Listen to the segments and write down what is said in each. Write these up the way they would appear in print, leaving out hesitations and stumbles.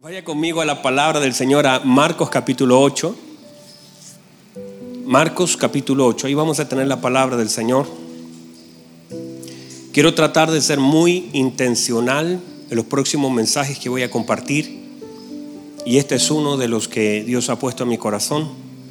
Vaya conmigo a la palabra del Señor, a Marcos capítulo 8. Marcos capítulo 8, ahí vamos a tener la palabra del Señor. Quiero tratar de ser muy intencional en los próximos mensajes que voy a compartir, y este es uno de los que Dios ha puesto en mi corazón.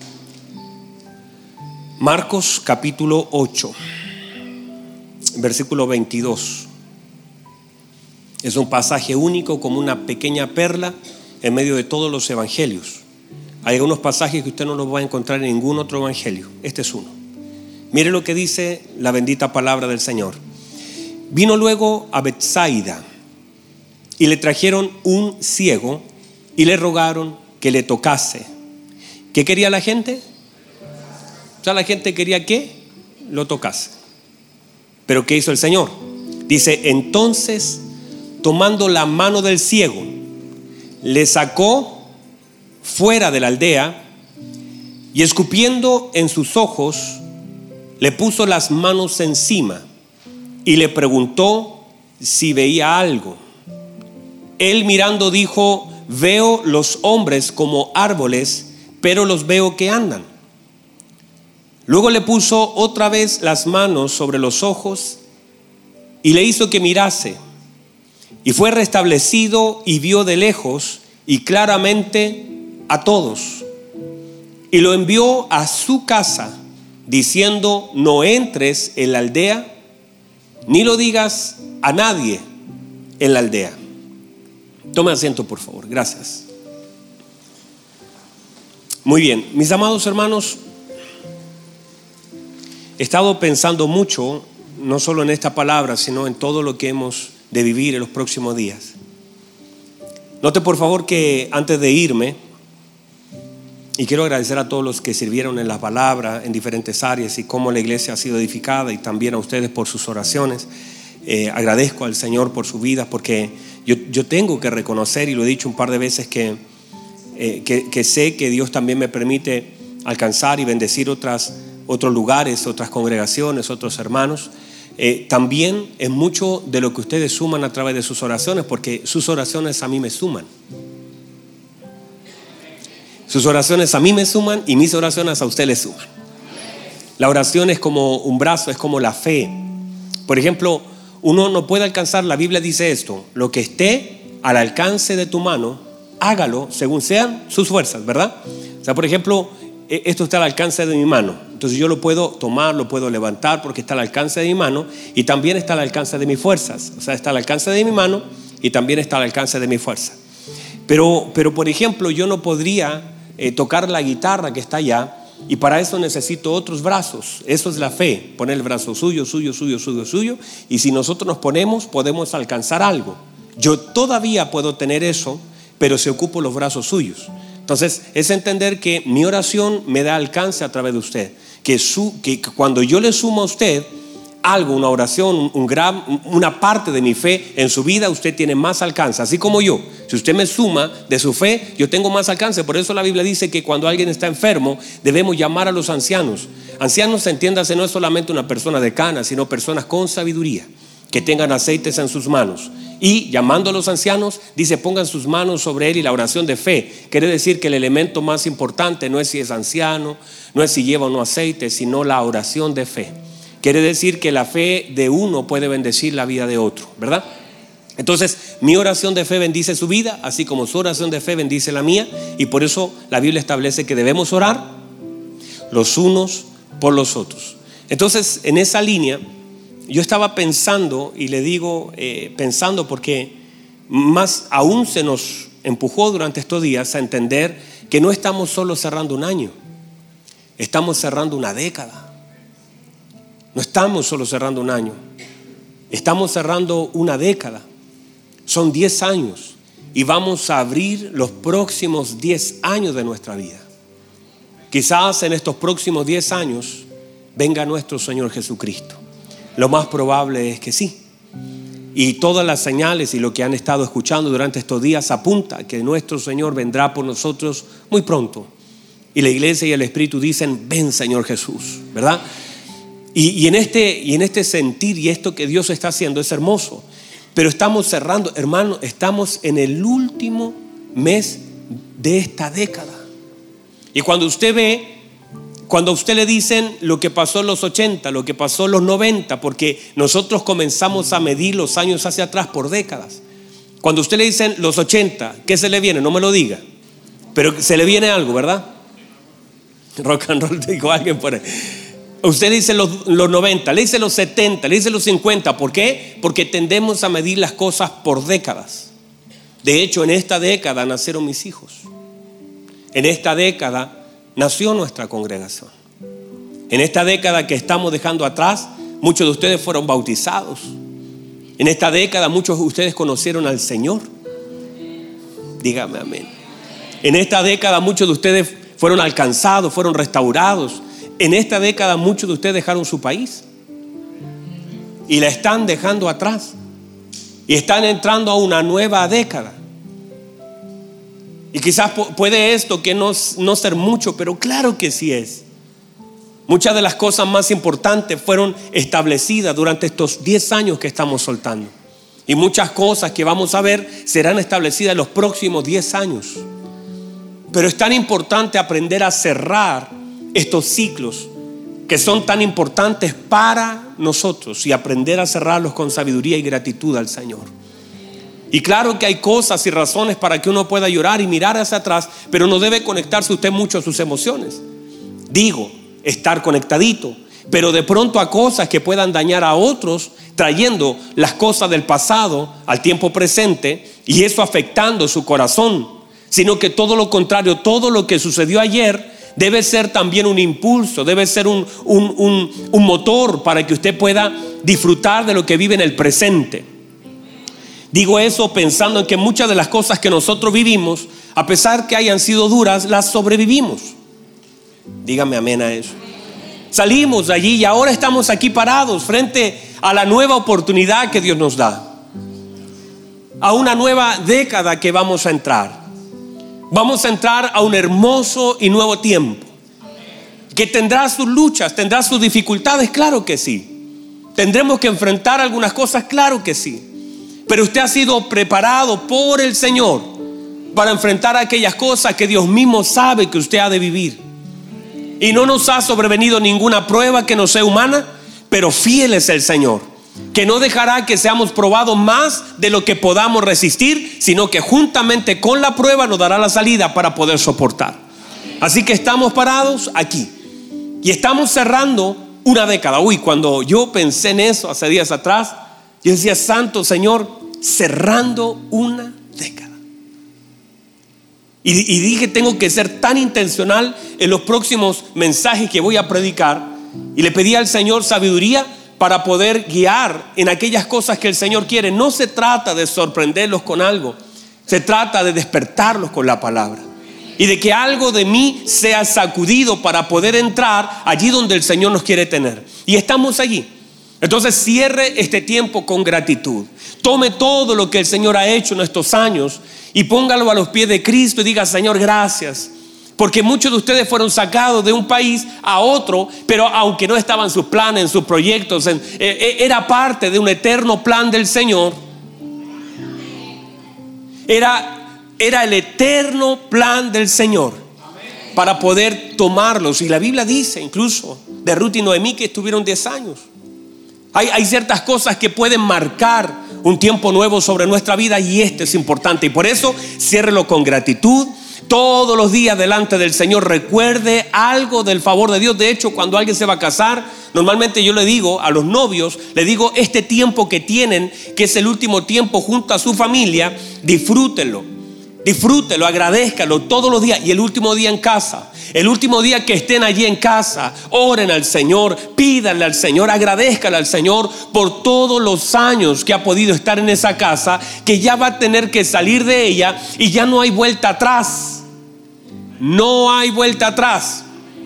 Marcos capítulo 8, versículo 22. Es un pasaje único, como una pequeña perla en medio de todos los evangelios. Hay algunos pasajes que usted no los va a encontrar en ningún otro evangelio. Este es uno. Mire lo que dice la bendita palabra del Señor. Vino luego a Betsaida y le trajeron un ciego y le rogaron que le tocase. ¿Qué quería la gente? O sea, la gente quería que lo tocase. Pero ¿qué hizo el Señor? Dice, entonces, tomando la mano del ciego, le sacó fuera de la aldea y escupiendo en sus ojos, le puso las manos encima y le preguntó si veía algo. Él mirando dijo, veo los hombres como árboles, pero los veo que andan. Luego le puso otra vez las manos sobre los ojos y le hizo que mirase. Y fue restablecido y vio de lejos y claramente a todos. Y lo envió a su casa diciendo, no entres en la aldea, ni lo digas a nadie en la aldea. Tome asiento, por favor. Gracias. Muy bien, mis amados hermanos, he estado pensando mucho, no solo en esta palabra, sino en todo lo que hemos de vivir en los próximos días. Note por favor que antes de irme, y quiero agradecer a todos los que sirvieron en la palabra en diferentes áreas y cómo la iglesia ha sido edificada, y también a ustedes por sus oraciones. Agradezco al Señor por su vida, porque yo tengo que reconocer, y lo he dicho un par de veces, que sé que Dios también me permite alcanzar y bendecir otros lugares, otras congregaciones, otros hermanos. También es mucho de lo que ustedes suman a través de sus oraciones, porque sus oraciones a mí me suman. Sus oraciones a mí me suman y mis oraciones a usted le suman. La oración es como un brazo, es como la fe. Por ejemplo, uno no puede alcanzar, la Biblia dice esto: lo que esté al alcance de tu mano, hágalo según sean sus fuerzas, ¿verdad? O sea, por ejemplo, esto está al alcance de mi mano, entonces yo lo puedo tomar, lo puedo levantar porque está al alcance de mi mano, y también está al alcance de mis fuerzas. O sea, está al alcance de mi mano y también está al alcance de mi fuerza. Pero por ejemplo, yo no podría tocar la guitarra que está allá, y para eso necesito otros brazos. Eso es la fe, poner el brazo suyo, y si nosotros nos ponemos, podemos alcanzar algo. Yo todavía puedo tener eso, pero si ocupo los brazos suyos. Entonces es entender que mi oración me da alcance a través de usted, que cuando yo le sumo a usted algo, una oración, una parte de mi fe en su vida, usted tiene más alcance, así como yo. Si usted me suma de su fe, yo tengo más alcance. Por eso la Biblia dice que cuando alguien está enfermo, debemos llamar a los ancianos. Ancianos, entiéndase, no es solamente una persona de cana, sino personas con sabiduría, que tengan aceites en sus manos. Y llamando a los ancianos, dice, pongan sus manos sobre él, y la oración de fe quiere decir que el elemento más importante no es si es anciano, no es si lleva o no aceite, sino la oración de fe. Quiere decir que la fe de uno puede bendecir la vida de otro, ¿verdad? Entonces, mi oración de fe bendice su vida, así como su oración de fe bendice la mía. Y por eso la Biblia establece que debemos orar los unos por los otros. Entonces, en esa línea, yo estaba pensando, y le digo pensando porque más aún se nos empujó durante estos días a entender que no estamos solo cerrando un año, estamos cerrando una década. No estamos solo cerrando un año, estamos cerrando una década. Son 10 años y vamos a abrir los próximos 10 años de nuestra vida. Quizás en estos próximos 10 años venga nuestro Señor Jesucristo. Lo más probable es que sí. Y todas las señales y lo que han estado escuchando durante estos días apunta que nuestro Señor vendrá por nosotros muy pronto. Y la iglesia y el Espíritu dicen, ven Señor Jesús, ¿verdad? Y en este sentir, y esto que Dios está haciendo es hermoso. Pero estamos cerrando, hermano, estamos en el último mes de esta década. Y cuando usted ve, cuando a usted le dicen lo que pasó en los 80, lo que pasó en los 90, porque nosotros comenzamos a medir los años hacia atrás por décadas. Cuando a usted le dicen los 80, ¿qué se le viene? No me lo diga, pero se le viene algo, ¿verdad? Rock and roll, dijo alguien por ahí. Usted le dice los 90, le dice los 70, le dice los 50. ¿Por qué? Porque tendemos a medir las cosas por décadas. De hecho, en esta década nacieron mis hijos. En esta década nació nuestra congregación. En esta década que estamos dejando atrás, muchos de ustedes fueron bautizados. En esta década muchos de ustedes conocieron al Señor. Dígame amén. En esta década muchos de ustedes fueron alcanzados, fueron restaurados. En esta década muchos de ustedes dejaron su país y la están dejando atrás y están entrando a una nueva década. Y quizás puede esto que no ser mucho, pero claro que sí es. Muchas de las cosas más importantes fueron establecidas durante estos 10 años que estamos soltando. Y muchas cosas que vamos a ver serán establecidas en los próximos 10 años. Pero es tan importante aprender a cerrar estos ciclos que son tan importantes para nosotros y aprender a cerrarlos con sabiduría y gratitud al Señor. Y claro que hay cosas y razones para que uno pueda llorar y mirar hacia atrás, pero no debe conectarse usted mucho a sus emociones. Digo, estar conectadito, pero de pronto a cosas que puedan dañar a otros, trayendo las cosas del pasado al tiempo presente y eso afectando su corazón, sino que todo lo contrario, todo lo que sucedió ayer debe ser también un impulso, debe ser un motor para que usted pueda disfrutar de lo que vive en el presente. Digo eso pensando en que muchas de las cosas que nosotros vivimos, a pesar que hayan sido duras, las sobrevivimos. Dígame amén a eso. Salimos de allí y ahora estamos aquí parados frente a la nueva oportunidad que Dios nos da, a una nueva década que vamos a entrar. Vamos a entrar a un hermoso y nuevo tiempo que tendrá sus luchas, tendrá sus dificultades, claro que sí. Tendremos que enfrentar algunas cosas, claro que sí. Pero usted ha sido preparado por el Señor para enfrentar aquellas cosas que Dios mismo sabe que usted ha de vivir. Y no nos ha sobrevenido ninguna prueba que no sea humana, pero fiel es el Señor, que no dejará que seamos probados más de lo que podamos resistir, sino que juntamente con la prueba nos dará la salida para poder soportar. Así que estamos parados aquí y estamos cerrando una década. Cuando yo pensé en eso hace días atrás, yo decía, Santo Señor, cerrando una década. Y dije, tengo que ser tan intencional en los próximos mensajes que voy a predicar. Y le pedí al Señor sabiduría para poder guiar en aquellas cosas que el Señor quiere. No se trata de sorprenderlos con algo, se trata de despertarlos con la palabra y de que algo de mí sea sacudido para poder entrar allí donde el Señor nos quiere tener. Y estamos allí. Entonces cierre este tiempo con gratitud. Tome todo lo que el Señor ha hecho en estos años y póngalo a los pies de Cristo y diga, Señor, gracias. Porque muchos de ustedes fueron sacados de un país a otro, pero aunque no estaban en sus planes, en sus proyectos, era parte de un eterno plan del Señor. Era el eterno plan del Señor para poder tomarlos. Y la Biblia dice incluso de Ruth y Noemí que estuvieron 10 años. Hay ciertas cosas que pueden marcar un tiempo nuevo sobre nuestra vida y esto es importante. Y por eso ciérrelo con gratitud. Todos los días delante del Señor recuerde algo del favor de Dios. De hecho, cuando alguien se va a casar, normalmente yo le digo a los novios, le digo, este tiempo que tienen, que es el último tiempo junto a su familia, disfrútenlo. Disfrútelo, agradézcalo todos los días. Y el último día en casa, el último día que estén allí en casa, oren al Señor, pídanle al Señor, agradézcale al Señor por todos los años que ha podido estar en esa casa, que ya va a tener que salir de ella y ya no hay vuelta atrás. No hay vuelta atrás.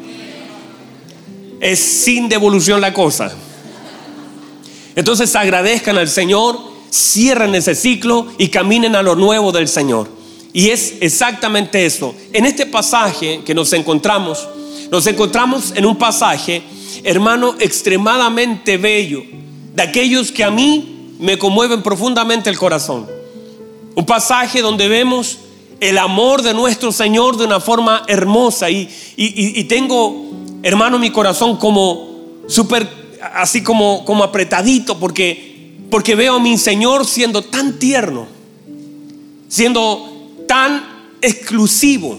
Es sin devolución la cosa. Entonces agradezcan al Señor, cierren ese ciclo y caminen a lo nuevo del Señor. Y es exactamente eso. En este pasaje que nos encontramos en un pasaje, hermano, extremadamente bello, de aquellos que a mí me conmueven profundamente el corazón. Un pasaje donde vemos el amor de nuestro Señor de una forma hermosa. Y tengo, hermano, mi corazón como súper, así como apretadito, porque veo a mi Señor siendo tan tierno, siendo tan exclusivo,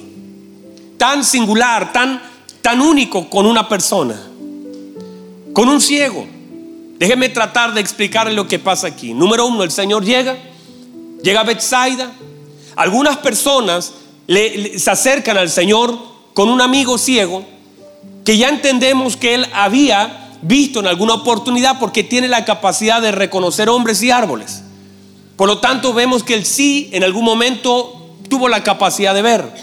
tan singular, tan único con una persona, con un ciego. Déjeme tratar de explicarle lo que pasa aquí. Número uno, el Señor llega a Betsaida. Algunas personas se acercan al Señor con un amigo ciego que ya entendemos que él había visto en alguna oportunidad, porque tiene la capacidad de reconocer hombres y árboles. Por lo tanto, vemos que él sí en algún momento tuvo la capacidad de ver.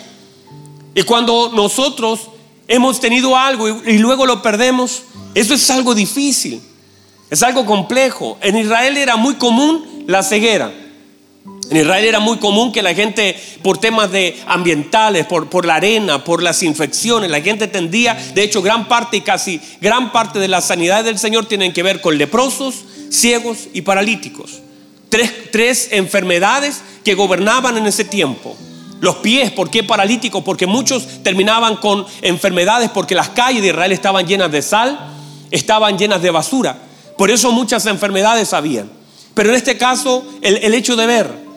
Y cuando nosotros hemos tenido algo y luego lo perdemos, eso es algo difícil, es algo complejo. En Israel era muy común la ceguera. En Israel era muy común que la gente, por temas ambientales, por la arena, por las infecciones, la gente tendía, de hecho casi gran parte de las sanidades del Señor tienen que ver con leprosos, ciegos y paralíticos. Tres enfermedades que gobernaban en ese tiempo. Los pies, ¿por qué paralíticos? Porque muchos terminaban con enfermedades porque las calles de Israel estaban llenas de sal, estaban llenas de basura. Por eso muchas enfermedades habían. Pero en este caso, el hecho de ver.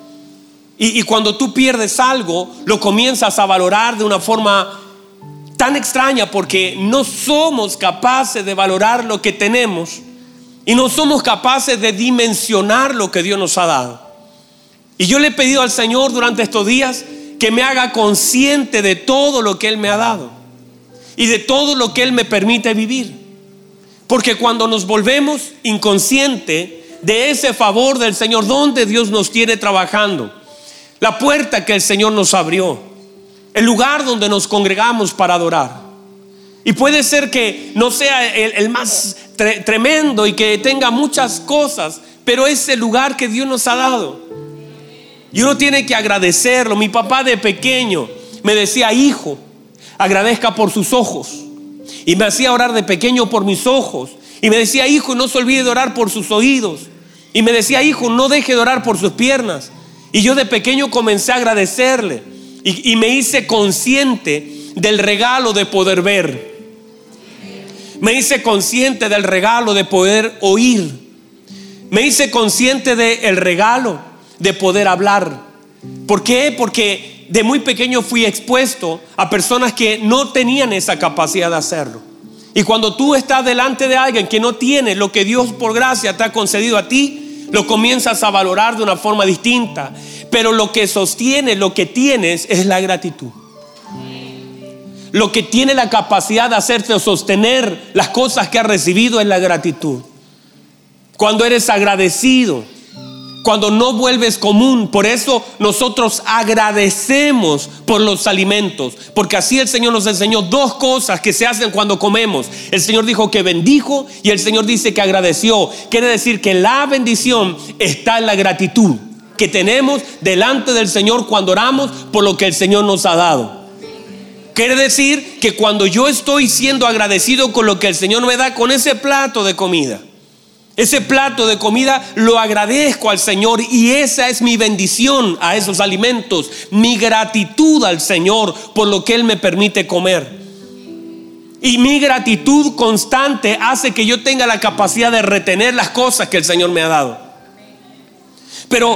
Y cuando tú pierdes algo, lo comienzas a valorar de una forma tan extraña, porque no somos capaces de valorar lo que tenemos y no somos capaces de dimensionar lo que Dios nos ha dado. Y yo le he pedido al Señor durante estos días que me haga consciente de todo lo que Él me ha dado y de todo lo que Él me permite vivir. Porque cuando nos volvemos inconscientes de ese favor del Señor, donde Dios nos tiene trabajando, la puerta que el Señor nos abrió, el lugar donde nos congregamos para adorar. Y puede ser que no sea el más tremendo y que tenga muchas cosas, pero es el lugar que Dios nos ha dado. Y uno tiene que agradecerlo. Mi papá de pequeño me decía: hijo, agradezca por sus ojos. Y me hacía orar de pequeño por mis ojos. Y me decía: hijo, no se olvide de orar por sus oídos. Y me decía: hijo, no deje de orar por sus piernas. Y yo de pequeño comencé a agradecerle y me hice consciente del regalo de poder ver. Me hice consciente del regalo de poder oír. Me hice consciente del regalo de poder hablar. ¿Por qué? Porque de muy pequeño fui expuesto a personas que no tenían esa capacidad de hacerlo. Y cuando tú estás delante de alguien que no tiene lo que Dios por gracia te ha concedido a ti, lo comienzas a valorar de una forma distinta. Pero lo que sostiene lo que tienes es la gratitud. Lo que tiene la capacidad de hacerte sostener las cosas que has recibido es la gratitud. Cuando eres agradecido, cuando no vuelves común. Por eso nosotros agradecemos por los alimentos, porque así el Señor nos enseñó dos cosas que se hacen cuando comemos. El Señor dijo que bendijo y el Señor dice que agradeció. Quiere decir que la bendición está en la gratitud que tenemos delante del Señor cuando oramos por lo que el Señor nos ha dado. Quiere decir que cuando yo estoy siendo agradecido con lo que el Señor me da, con ese plato de comida, lo agradezco al Señor, y esa es mi bendición a esos alimentos, mi gratitud al Señor por lo que Él me permite comer. Y mi gratitud constante hace que yo tenga la capacidad de retener las cosas que el Señor me ha dado. Pero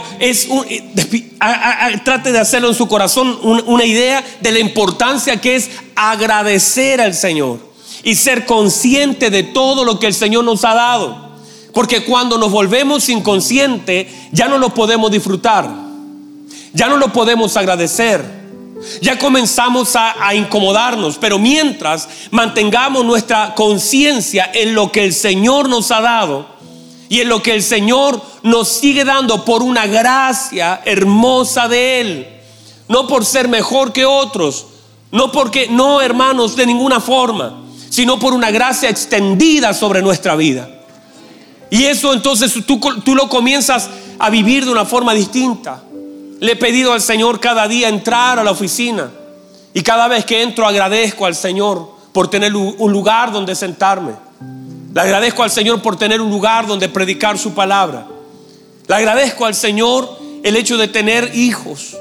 trate de hacerlo en su corazón una idea de la importancia que es agradecer al Señor y ser consciente de todo lo que el Señor nos ha dado. Porque cuando nos volvemos inconscientes, ya no lo podemos disfrutar, ya no lo podemos agradecer, ya comenzamos a incomodarnos. Pero mientras mantengamos nuestra conciencia en lo que el Señor nos ha dado y en lo que el Señor nos sigue dando por una gracia hermosa de Él, no por ser mejor que otros, no, hermanos, de ninguna forma, sino por una gracia extendida sobre nuestra vida. Y eso entonces tú lo comienzas a vivir de una forma distinta. Le he pedido al Señor cada día entrar a la oficina, y cada vez que entro agradezco al Señor por tener un lugar donde sentarme. Le agradezco al Señor por tener un lugar donde predicar su palabra. Le agradezco al Señor el hecho de tener hijos.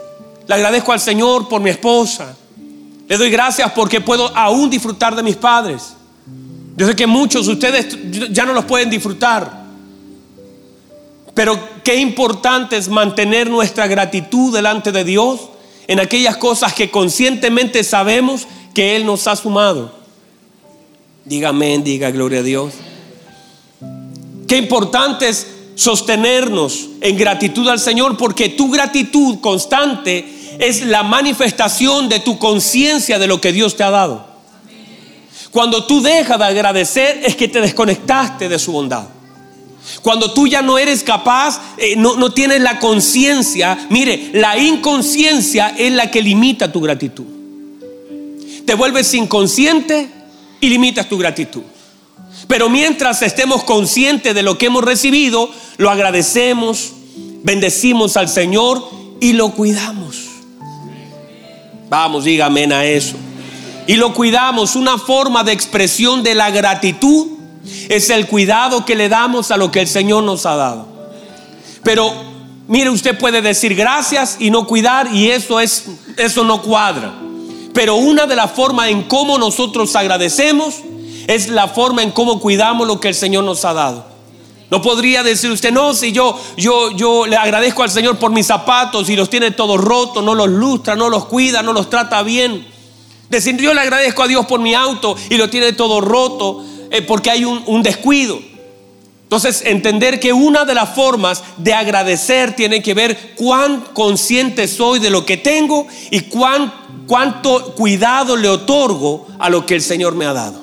Le agradezco al Señor por mi esposa. Le doy gracias porque puedo aún disfrutar de mis padres. Yo sé que muchos de ustedes ya no los pueden disfrutar, pero qué importante es mantener nuestra gratitud delante de Dios en aquellas cosas que conscientemente sabemos que Él nos ha sumado. Diga amén, diga gloria a Dios. Qué importante es sostenernos en gratitud al Señor, porque tu gratitud constante es la manifestación de tu conciencia de lo que Dios te ha dado. Cuando tú dejas de agradecer es que te desconectaste de su bondad. Cuando tú ya no eres capaz, no tienes la conciencia. Mire, la inconsciencia es la que limita tu gratitud. Te vuelves inconsciente y limitas tu gratitud. Pero mientras estemos conscientes de lo que hemos recibido, lo agradecemos, bendecimos al Señor y lo cuidamos. Vamos, diga amén a eso. Y lo cuidamos. Una forma de expresión de la gratitud es el cuidado que le damos a lo que el Señor nos ha dado. Pero mire, usted puede decir gracias y no cuidar, y eso no cuadra. Pero una de las formas en cómo nosotros agradecemos es la forma en cómo cuidamos lo que el Señor nos ha dado. No podría decir usted, no, si yo le agradezco al Señor por mis zapatos y los tiene todos rotos, no los lustra, no los cuida, no los trata bien. Decir, yo le agradezco a Dios por mi auto y lo tiene todo roto, porque hay un descuido. Entonces, entender que una de las formas de agradecer tiene que ver cuán consciente soy de lo que tengo y cuánto cuidado le otorgo a lo que el Señor me ha dado.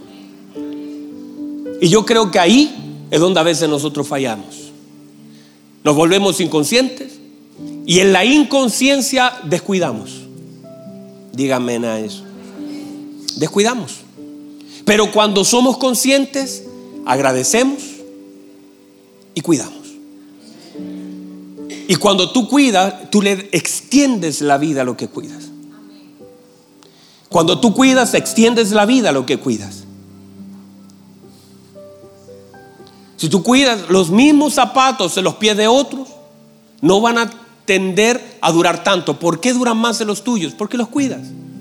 Y yo creo que ahí es donde a veces nosotros fallamos. Nos volvemos inconscientes y en la inconsciencia descuidamos. Dígame a eso. Descuidamos. Pero cuando somos conscientes, agradecemos y cuidamos. Y cuando tú cuidas, tú le extiendes la vida a lo que cuidas. Cuando tú cuidas, extiendes la vida a lo que cuidas. Si tú cuidas los mismos zapatos en los pies de otros, no van a tender a durar tanto. ¿Por qué duran más en los tuyos? Porque los cuidas.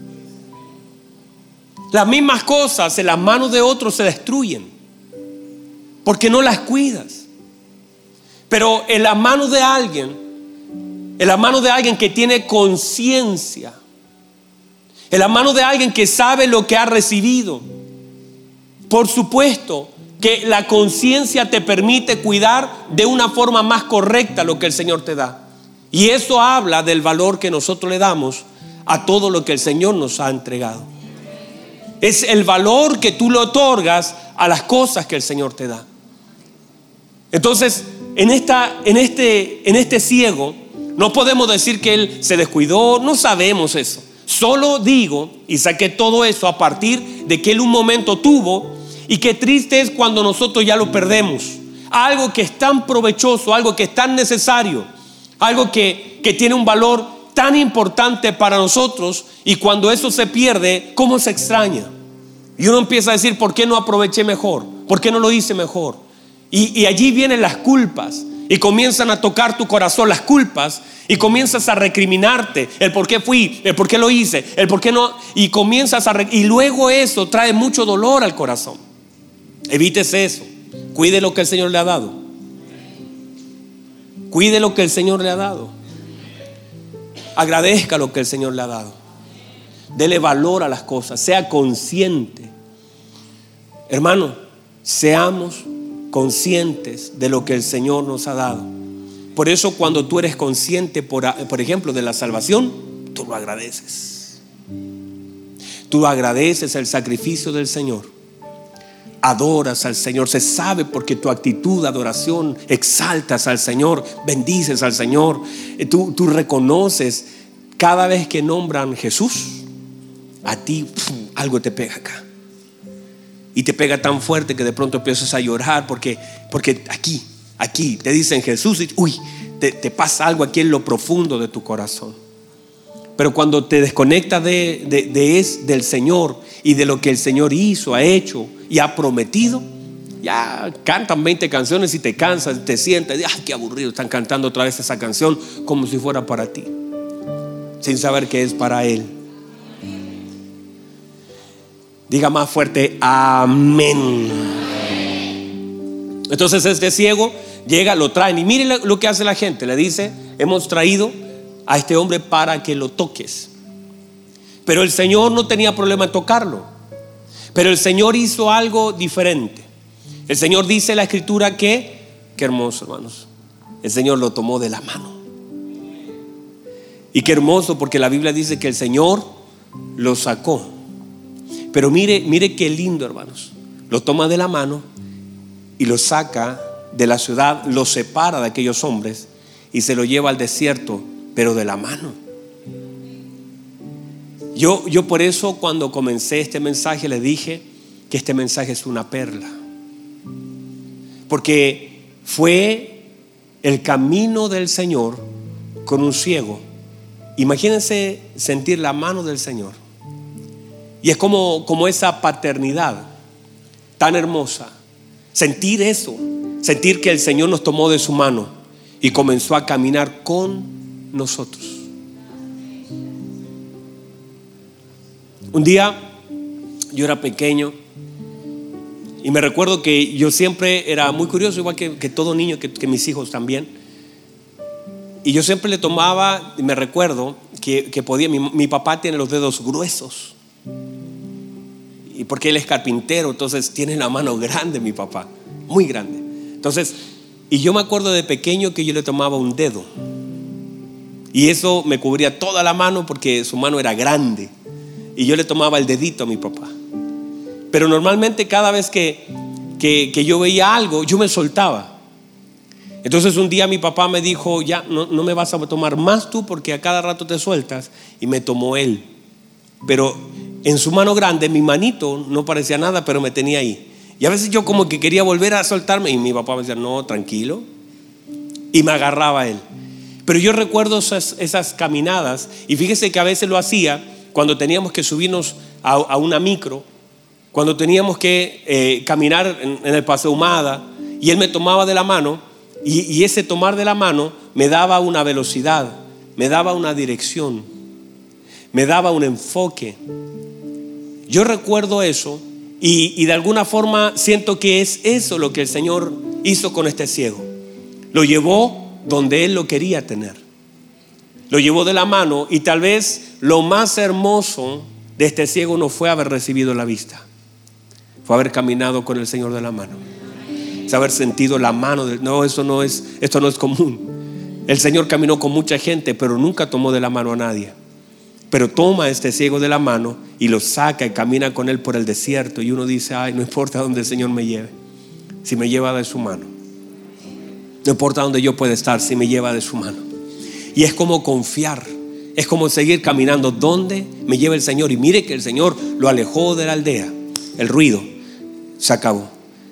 Las mismas cosas en las manos de otros se destruyen porque no las cuidas. Pero en las manos de alguien que tiene conciencia, en las manos de alguien que sabe lo que ha recibido, por supuesto que la conciencia te permite cuidar de una forma más correcta lo que el Señor te da. Y eso habla del valor que nosotros le damos a todo lo que el Señor nos ha entregado. Es el valor que tú le otorgas a las cosas que el Señor te da. Entonces, en este ciego, no podemos decir que él se descuidó, no sabemos eso. Solo digo y saqué todo eso a partir de que él un momento tuvo. Y qué triste es cuando nosotros ya lo perdemos. Algo que es tan provechoso, algo que es tan necesario, algo que tiene un valor tan importante para nosotros, y cuando eso se pierde, ¿cómo se extraña? Y uno empieza a decir, ¿por qué no aproveché mejor? ¿Por qué no lo hice mejor? Y allí vienen las culpas y comienzan a tocar tu corazón las culpas, y comienzas a recriminarte el por qué fui, el por qué lo hice, el por qué no, y comienzas y luego eso trae mucho dolor al corazón. Evítese eso. Cuide lo que el Señor le ha dado. Cuide lo que el Señor le ha dado. Agradezca lo que el Señor le ha dado. Dele valor a las cosas. Sea consciente. Hermano, seamos conscientes de lo que el Señor nos ha dado. Por eso cuando tú eres consciente, por ejemplo, de la salvación, tú lo agradeces. Tú agradeces el sacrificio del Señor. Adoras al Señor, se sabe porque tu actitud de adoración, exaltas al Señor, bendices al Señor. Tú reconoces cada vez que nombran Jesús, a ti algo te pega acá. Y te pega tan fuerte que de pronto empiezas a llorar porque aquí te dicen Jesús y te pasa algo aquí en lo profundo de tu corazón. Pero cuando te desconectas del Señor y de lo que el Señor hizo, ha hecho y ha prometido, ya cantan 20 canciones y te cansas, te sientas, qué aburrido, están cantando otra vez esa canción como si fuera para ti. sin saber que es para él. Diga más fuerte, amén. Entonces este ciego llega, lo traen y mire lo que hace la gente. Le dice: hemos traído a este hombre para que lo toques. Pero el Señor no tenía problema en tocarlo. Pero el Señor hizo algo diferente. El Señor dice en la Escritura que, qué hermoso, hermanos, el Señor lo tomó de la mano. Y qué hermoso, porque la Biblia dice que el Señor lo sacó. Pero mire qué lindo, hermanos. Lo toma de la mano y lo saca de la ciudad, lo separa de aquellos hombres y se lo lleva al desierto, pero de la mano. Yo por eso, cuando comencé este mensaje, le dije que este mensaje es una perla, porque fue el camino del Señor con un ciego. Imagínense sentir la mano del Señor. Y es como esa paternidad tan hermosa. Sentir eso, sentir que el Señor nos tomó de su mano y comenzó a caminar con nosotros. Un día yo era pequeño y me recuerdo que yo siempre era muy curioso, igual que todo niño, que mis hijos también. Y yo siempre le tomaba, me recuerdo que podía, mi papá tiene los dedos gruesos. Y porque él es carpintero, entonces tiene la mano grande mi papá, muy grande. Entonces, y yo me acuerdo de pequeño que yo le tomaba un dedo. Y eso me cubría toda la mano porque su mano era grande. Y yo le tomaba el dedito a mi papá. Pero normalmente cada vez que yo veía algo, yo me soltaba. Entonces un día mi papá me dijo: ya no me vas a tomar más tú, porque a cada rato te sueltas. Y me tomó él. Pero en su mano grande, mi manito no parecía nada, pero me tenía ahí. Y a veces yo como que quería volver a soltarme y mi papá me decía: no, tranquilo. Y me agarraba él. Pero yo recuerdo esas caminadas. Y fíjese que a veces lo hacía cuando teníamos que subirnos a una micro, cuando teníamos que caminar en el Paseo Humada, y él me tomaba de la mano, y ese tomar de la mano me daba una velocidad, me daba una dirección, me daba un enfoque. Yo recuerdo eso y de alguna forma siento que es eso lo que el Señor hizo con este ciego. Lo llevó donde Él lo quería tener. Lo llevó de la mano, y tal vez lo más hermoso de este ciego no fue haber recibido la vista, fue haber caminado con el Señor de la mano, es haber sentido la mano esto no es común. El Señor caminó con mucha gente, pero nunca tomó de la mano a nadie. Pero toma a este ciego de la mano y lo saca y camina con él por el desierto. Y uno dice: ay, no importa dónde el Señor me lleve, si me lleva de su mano. No importa dónde yo pueda estar, si me lleva de su mano. Y es como confiar, es como seguir caminando donde me lleva el Señor. Y mire que el Señor lo alejó de la aldea. El ruido se acabó.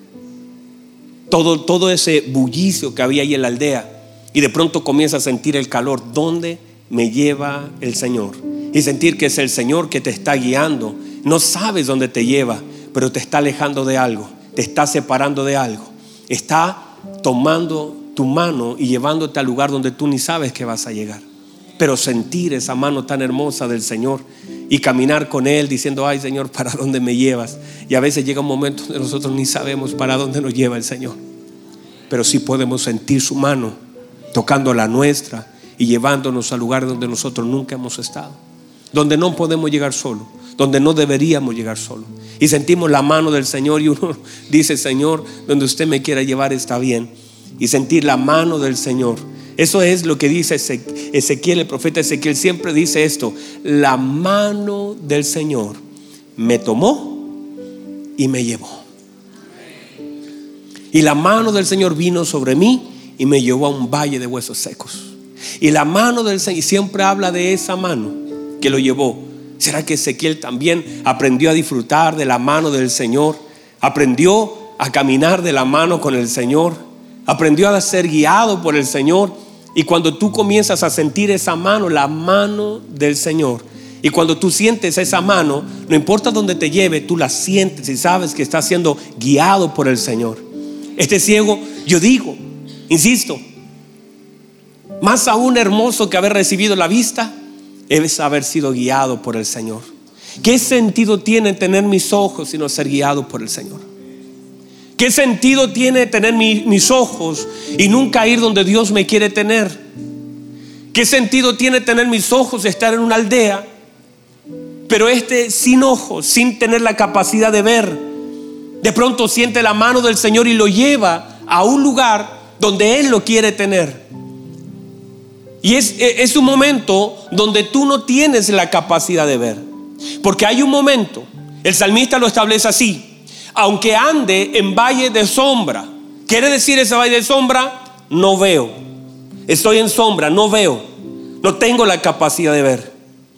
Todo ese bullicio que había ahí en la aldea. Y de pronto comienza a sentir el calor. ¿Dónde me lleva el Señor? Y sentir que es el Señor que te está guiando. No sabes dónde te lleva, pero te está alejando de algo, te está separando de algo. Está tomando tu mano y llevándote al lugar donde tú ni sabes que vas a llegar. Pero sentir esa mano tan hermosa del Señor y caminar con Él diciendo: ay, Señor, ¿para dónde me llevas? Y a veces llega un momento donde nosotros ni sabemos para dónde nos lleva el Señor, pero sí podemos sentir su mano tocando la nuestra y llevándonos al lugar donde nosotros nunca hemos estado, donde no podemos llegar solo, donde no deberíamos llegar solo. Y sentimos la mano del Señor y uno dice: Señor, donde usted me quiera llevar está bien. Y sentir la mano del Señor, eso es lo que dice Ezequiel, el profeta Ezequiel siempre dice esto: la mano del Señor me tomó y me llevó. Y la mano del Señor vino sobre mí y me llevó a un valle de huesos secos. Y la mano del Señor, y siempre habla de esa mano que lo llevó. ¿Será que Ezequiel también aprendió a disfrutar de la mano del Señor? Aprendió a caminar de la mano con el Señor. Aprendió a ser guiado por el Señor. Y cuando tú comienzas a sentir esa mano, la mano del Señor, y cuando tú sientes esa mano, no importa dónde te lleve, tú la sientes y sabes que estás siendo guiado por el Señor. Este ciego, yo digo, insisto, más aún hermoso que haber recibido la vista es haber sido guiado por el Señor. ¿Qué sentido tiene tener mis ojos sino ser guiado por el Señor? ¿Qué sentido tiene tener mis ojos y nunca ir donde Dios me quiere tener? ¿Qué sentido tiene tener mis ojos y estar en una aldea, pero sin ojos, sin tener la capacidad de ver? De pronto siente la mano del Señor y lo lleva a un lugar donde Él lo quiere tener. Y es un momento donde tú no tienes la capacidad de ver. Porque hay un momento, el salmista lo establece así: aunque ande en valle de sombra. ¿Quiere decir ese valle de sombra? No veo. Estoy en sombra, no veo. No tengo la capacidad de ver.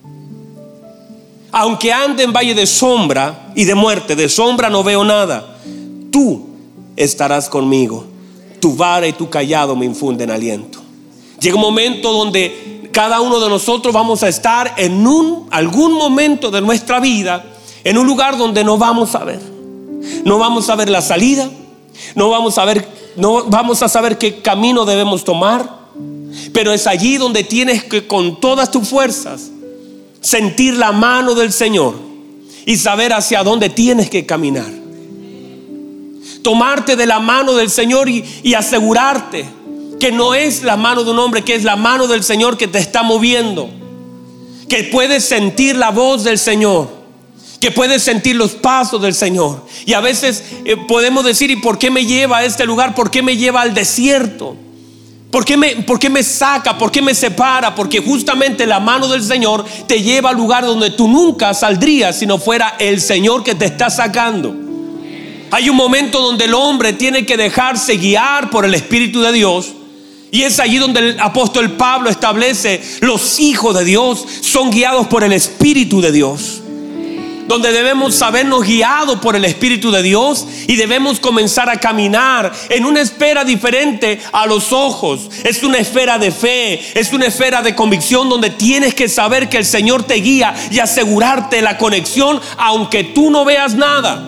Aunque ande en valle de sombra y de muerte, de sombra no veo nada. Tú estarás conmigo. Tu vara y tu callado me infunden aliento. Llega un momento donde cada uno de nosotros vamos a estar en algún momento de nuestra vida en un lugar donde no vamos a ver. No vamos a ver la salida. No vamos a saber qué camino debemos tomar. Pero es allí donde tienes que, con todas tus fuerzas, sentir la mano del Señor y saber hacia dónde tienes que caminar. Tomarte de la mano del Señor y asegurarte que no es la mano de un hombre, que es la mano del Señor que te está moviendo, que puedes sentir la voz del Señor, que puedes sentir los pasos del Señor. Y a veces podemos decir: ¿y por qué me lleva a este lugar? ¿Por qué me lleva al desierto? ¿Por qué me saca? ¿Por qué me separa? Porque justamente la mano del Señor te lleva al lugar donde tú nunca saldrías si no fuera el Señor que te está sacando. Hay un momento donde el hombre tiene que dejarse guiar por el Espíritu de Dios. Y es allí donde el apóstol Pablo establece: los hijos de Dios son guiados por el Espíritu de Dios. Donde debemos sabernos guiados por el Espíritu de Dios y debemos comenzar a caminar en una esfera diferente a los ojos. Es una esfera de fe, es una esfera de convicción donde tienes que saber que el Señor te guía y asegurarte la conexión aunque tú no veas nada.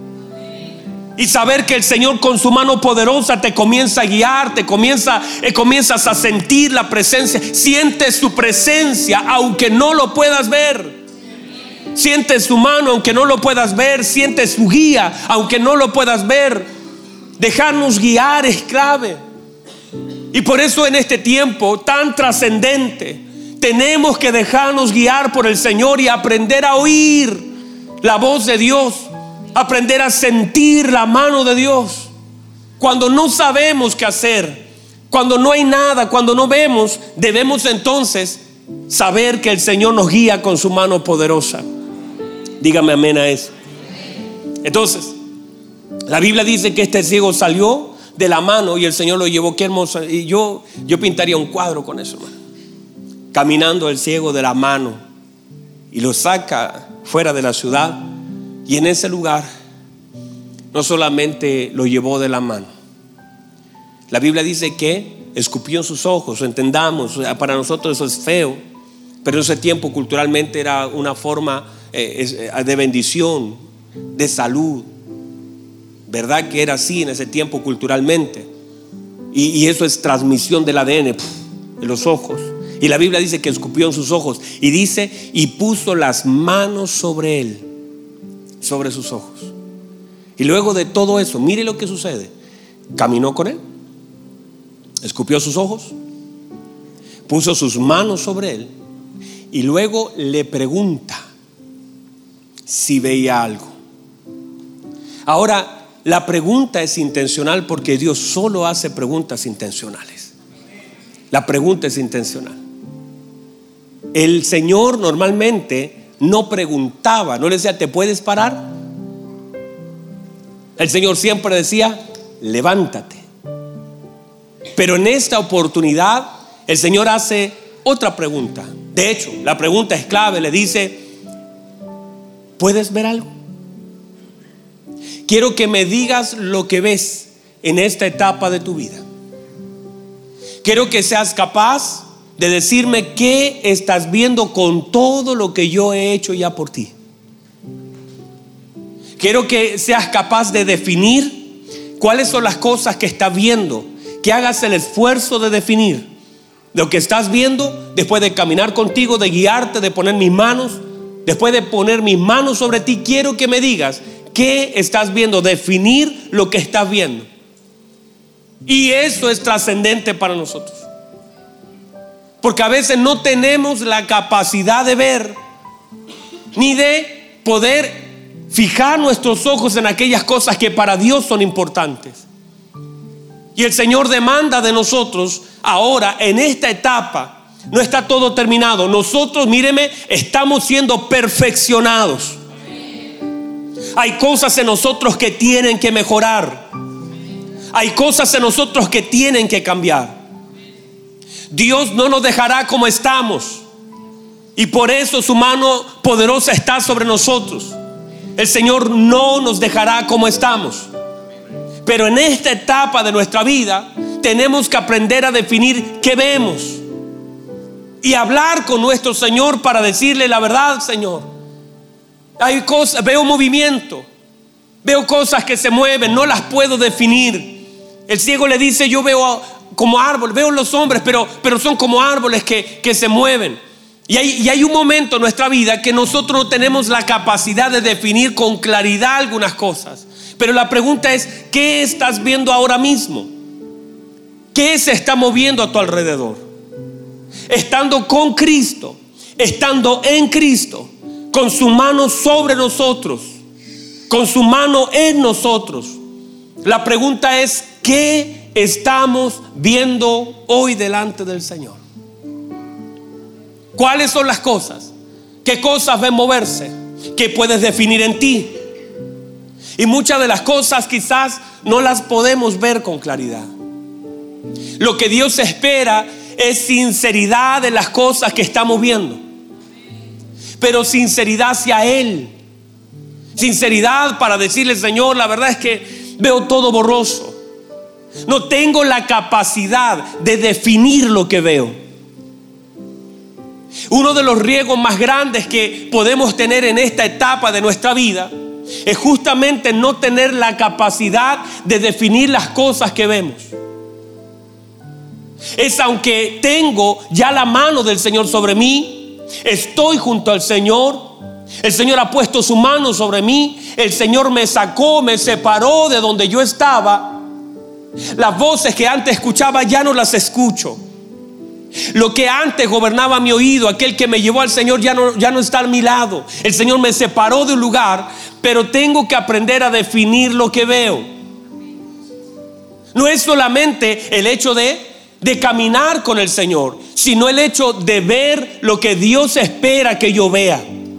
Y saber que el Señor con su mano poderosa te comienza a guiar, comienzas a sentir la presencia. Sientes su presencia aunque no lo puedas ver. Sientes su mano aunque no lo puedas ver. Sientes su guía aunque no lo puedas ver. Dejarnos guiar es clave. Y por eso en este tiempo tan trascendente tenemos que dejarnos guiar por el Señor y aprender a oír la voz de Dios. Aprender a sentir la mano de Dios. Cuando no sabemos qué hacer, cuando no hay nada, cuando no vemos, debemos entonces saber que el Señor nos guía con su mano poderosa. Dígame amén a eso. Entonces, la Biblia dice que este ciego salió de la mano y el Señor lo llevó. Qué hermoso. Y yo pintaría un cuadro con eso, hermano. Caminando el ciego de la mano y lo saca fuera de la ciudad. Y en ese lugar no solamente lo llevó de la mano. La Biblia dice que escupió en sus ojos. Entendamos, para nosotros eso es feo, pero en ese tiempo culturalmente era una forma de bendición, de salud. ¿Verdad que era así en ese tiempo culturalmente? Y eso es transmisión del ADN de los ojos. Y la Biblia dice que escupió en sus ojos. Y dice: y puso las manos sobre él, sobre sus ojos. Y luego de todo eso, mire lo que sucede. Caminó con él, escupió sus ojos, puso sus manos sobre él y luego le pregunta si veía algo. Ahora, la pregunta es intencional porque Dios solo hace preguntas intencionales. La pregunta es intencional. El Señor normalmente no preguntaba, no le decía: ¿te puedes parar? El Señor siempre decía: levántate. Pero en esta oportunidad el Señor hace otra pregunta. De hecho, la pregunta es clave. Le dice: ¿puedes ver algo? Quiero que me digas lo que ves en esta etapa de tu vida. Quiero que seas capaz de decirme qué estás viendo con todo lo que yo he hecho ya por ti. Quiero que seas capaz de definir cuáles son las cosas que estás viendo, que hagas el esfuerzo de definir de lo que estás viendo, después de caminar contigo, de guiarte, de poner mis manos, después de poner mis manos sobre ti, quiero que me digas qué estás viendo, definir lo que estás viendo. Y eso es trascendente para nosotros, porque a veces no tenemos la capacidad de ver, ni de poder fijar nuestros ojos en aquellas cosas que para Dios son importantes. Y el Señor demanda de nosotros ahora, en esta etapa. No está todo terminado. Nosotros, míreme, estamos siendo perfeccionados. Hay cosas en nosotros que tienen que mejorar. Hay cosas en nosotros que tienen que cambiar. Dios no nos dejará como estamos, y por eso su mano poderosa está sobre nosotros. El Señor no nos dejará como estamos. Pero en esta etapa de nuestra vida tenemos que aprender a definir qué vemos y hablar con nuestro Señor para decirle la verdad. Señor, hay cosas, veo movimiento, veo cosas que se mueven, no las puedo definir. El ciego le dice: yo veo como árboles, veo los hombres, pero son como árboles que se mueven. Y hay un momento en nuestra vida que nosotros no tenemos la capacidad de definir con claridad algunas cosas. Pero la pregunta es: ¿qué estás viendo ahora mismo? ¿Qué se está moviendo a tu alrededor? Estando con Cristo, estando en Cristo, con su mano sobre nosotros, con su mano en nosotros. La pregunta es: ¿qué estamos viendo hoy delante del Señor? ¿Cuáles son las cosas? ¿Qué cosas ven moverse? ¿Qué puedes definir en ti? Y muchas de las cosas quizás no las podemos ver con claridad. Lo que Dios espera es sinceridad en las cosas que estamos viendo, pero sinceridad hacia Él. Sinceridad para decirle: Señor, la verdad es que veo todo borroso. No tengo la capacidad de definir lo que veo. Uno de los riesgos más grandes que podemos tener en esta etapa de nuestra vida es justamente no tener la capacidad de definir las cosas que vemos. Es aunque tengo ya la mano del Señor sobre mí, estoy junto al Señor, el Señor ha puesto su mano sobre mí, el Señor me sacó, me separó de donde yo estaba. Las voces que antes escuchaba ya no las escucho. Lo que antes gobernaba mi oído, aquel que me llevó al Señor, ya no está a mi lado. El Señor me separó de un lugar, pero tengo que aprender a definir lo que veo. No es solamente el hecho de caminar con el Señor, sino el hecho de ver lo que Dios espera que yo vea.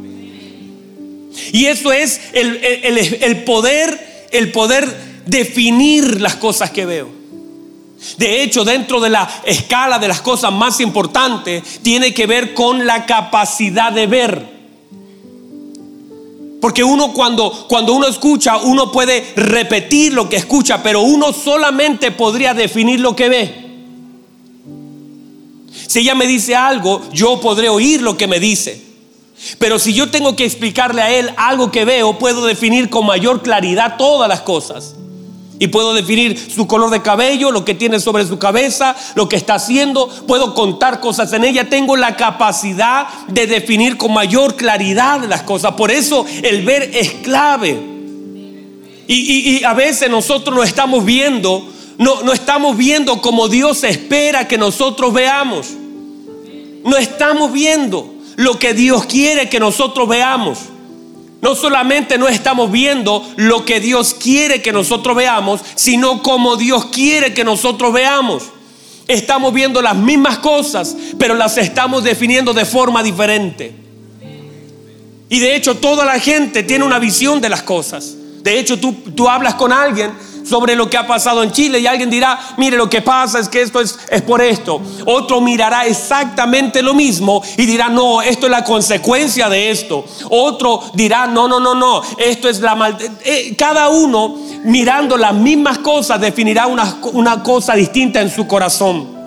Y eso es el poder definir las cosas que veo. De hecho, dentro de la escala de las cosas más importantes, tiene que ver con la capacidad de ver. Porque uno cuando uno escucha, uno puede repetir lo que escucha, pero uno solamente podría definir lo que ve. Si ella me dice algo, yo podré oír lo que me dice. Pero si yo tengo que explicarle a él algo que veo, puedo definir con mayor claridad todas las cosas. Y puedo definir su color de cabello, lo que tiene sobre su cabeza, lo que está haciendo. Puedo contar cosas en ella. Tengo la capacidad de definir con mayor claridad las cosas. Por eso el ver es clave. Y a veces nosotros no estamos viendo, no estamos viendo como Dios espera que nosotros veamos. No estamos viendo lo que Dios quiere que nosotros veamos. No solamente no estamos viendo lo que Dios quiere que nosotros veamos, sino como Dios quiere que nosotros veamos. Estamos viendo las mismas cosas, pero las estamos definiendo de forma diferente. Y de hecho toda la gente tiene una visión de las cosas. De hecho tú hablas con alguien sobre lo que ha pasado en Chile y alguien dirá: mire, lo que pasa es que esto es por esto. Otro mirará exactamente lo mismo y dirá: no, esto es la consecuencia de esto. Otro dirá: no, esto es la maldad. Cada uno, mirando las mismas cosas, definirá una cosa distinta en su corazón.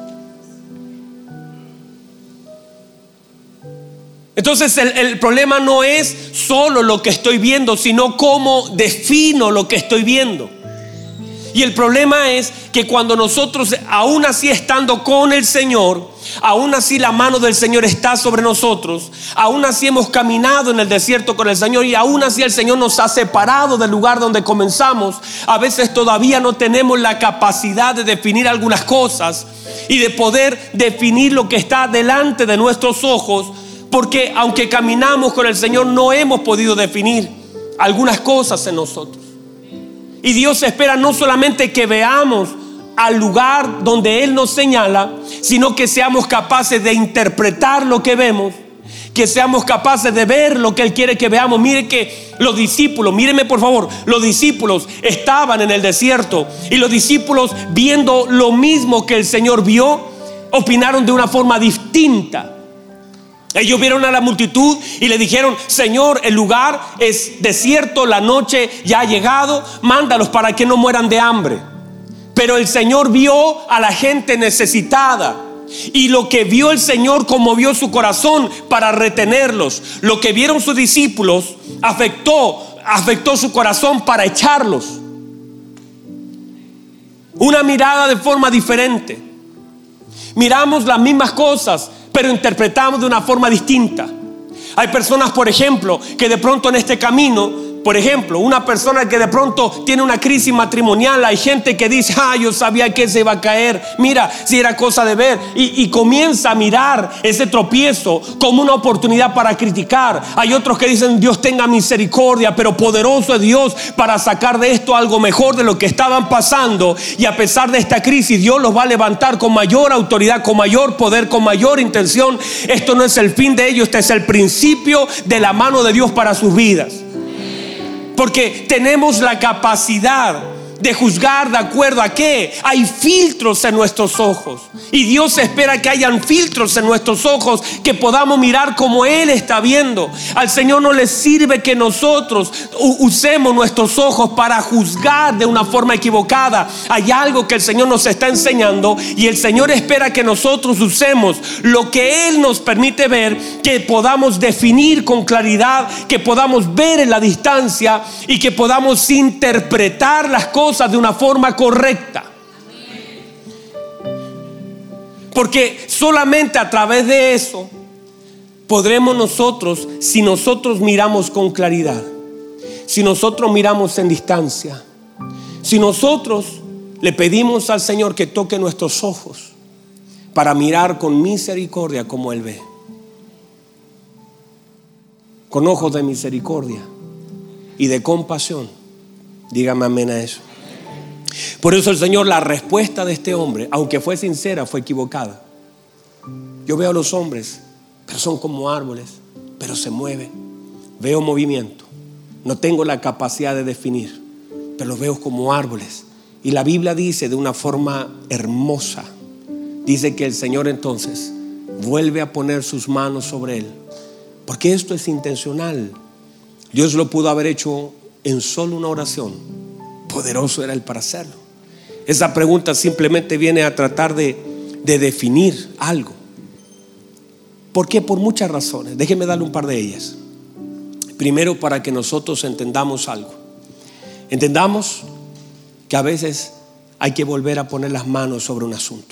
Entonces el problema no es solo lo que estoy viendo, sino cómo defino lo que estoy viendo. Y el problema es que cuando nosotros, aún así estando con el Señor, Aún así la mano del Señor está sobre nosotros. Aún así hemos caminado en el desierto con el Señor, y aún así el Señor nos ha separado del lugar donde comenzamos. A veces todavía no tenemos la capacidad de definir algunas cosas y de poder definir lo que está delante de nuestros ojos, porque aunque caminamos con el Señor no hemos podido definir algunas cosas en nosotros. Y Dios espera no solamente que veamos al lugar donde Él nos señala, sino que seamos capaces de interpretar lo que vemos, que seamos capaces de ver lo que Él quiere que veamos. Mire que los discípulos, mírenme por favor, los discípulos estaban en el desierto, y los discípulos, viendo lo mismo que el Señor vio, opinaron de una forma distinta. Ellos vieron a la multitud y le dijeron: Señor, el lugar es desierto, la noche ya ha llegado, mándalos para que no mueran de hambre. Pero el Señor vio a la gente necesitada, y lo que vio el Señor conmovió su corazón para retenerlos. Lo que vieron sus discípulos afectó su corazón para echarlos. Una mirada de forma diferente. Miramos las mismas cosas, pero interpretamos de una forma distinta. Hay personas, por ejemplo, que de pronto en este camino, por ejemplo, una persona que de pronto tiene una crisis matrimonial, hay gente que dice: yo sabía que se iba a caer, mira, si era cosa de ver, y comienza a mirar ese tropiezo como una oportunidad para criticar. Hay otros que dicen: Dios tenga misericordia, pero poderoso es Dios para sacar de esto algo mejor de lo que estaban pasando, y a pesar de esta crisis Dios los va a levantar con mayor autoridad, con mayor poder, con mayor intención. Esto no es el fin de ellos, este es el principio de la mano de Dios para sus vidas. Porque tenemos la capacidad de juzgar de acuerdo a qué. Hay filtros en nuestros ojos, y Dios espera que hayan filtros en nuestros ojos, que podamos mirar como Él está viendo. Al Señor no le sirve que nosotros usemos nuestros ojos para juzgar de una forma equivocada. Hay algo que el Señor nos está enseñando, y el Señor espera que nosotros usemos lo que Él nos permite ver, que podamos definir con claridad, que podamos ver en la distancia, y que podamos interpretar las cosas de una forma correcta. Porque solamente a través de eso podremos nosotros, si nosotros miramos con claridad, si nosotros miramos en distancia, si nosotros le pedimos al Señor que toque nuestros ojos para mirar con misericordia como Él ve, con ojos de misericordia y de compasión. Dígame amén a eso. Por eso el Señor, la respuesta de este hombre, aunque fue sincera, fue equivocada. Yo veo a los hombres, pero son como árboles, pero se mueven. Veo movimiento. No tengo la capacidad de definir, pero los veo como árboles. Y la Biblia dice de una forma hermosa, dice que el Señor entonces vuelve a poner sus manos sobre él, porque esto es intencional. Dios lo pudo haber hecho en solo una oración. Poderoso era Él para hacerlo. Esa pregunta simplemente viene a tratar de definir algo. ¿Por qué? Por muchas razones. Déjenme darle un par de ellas. Primero, para que nosotros entendamos algo. Entendamos que a veces hay que volver a poner las manos sobre un asunto,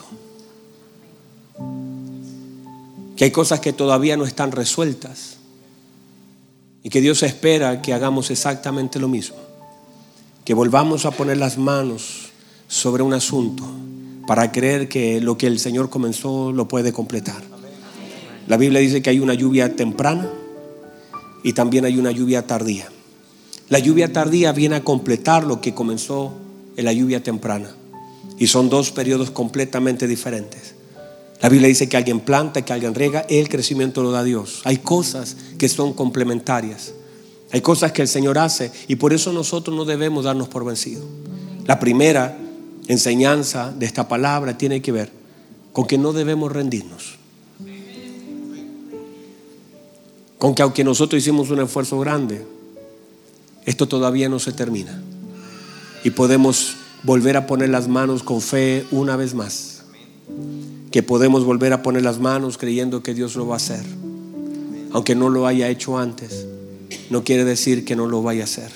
que hay cosas que todavía no están resueltas, y que Dios espera que hagamos exactamente lo mismo, que volvamos a poner las manos sobre un asunto para creer que lo que el Señor comenzó lo puede completar. La Biblia dice que hay una lluvia temprana y también hay una lluvia tardía. La lluvia tardía viene a completar lo que comenzó en la lluvia temprana, y son dos periodos completamente diferentes. La Biblia dice que alguien planta, que alguien riega, el crecimiento lo da Dios. Hay cosas que son complementarias, hay cosas que el Señor hace, y por eso nosotros no debemos darnos por vencidos. La primera enseñanza de esta palabra tiene que ver con que no debemos rendirnos, con que aunque nosotros hicimos un esfuerzo grande, esto todavía no se termina, y podemos volver a poner las manos con fe una vez más, que podemos volver a poner las manos creyendo que Dios lo va a hacer. Aunque no lo haya hecho antes, no quiere decir que no lo vaya a hacer.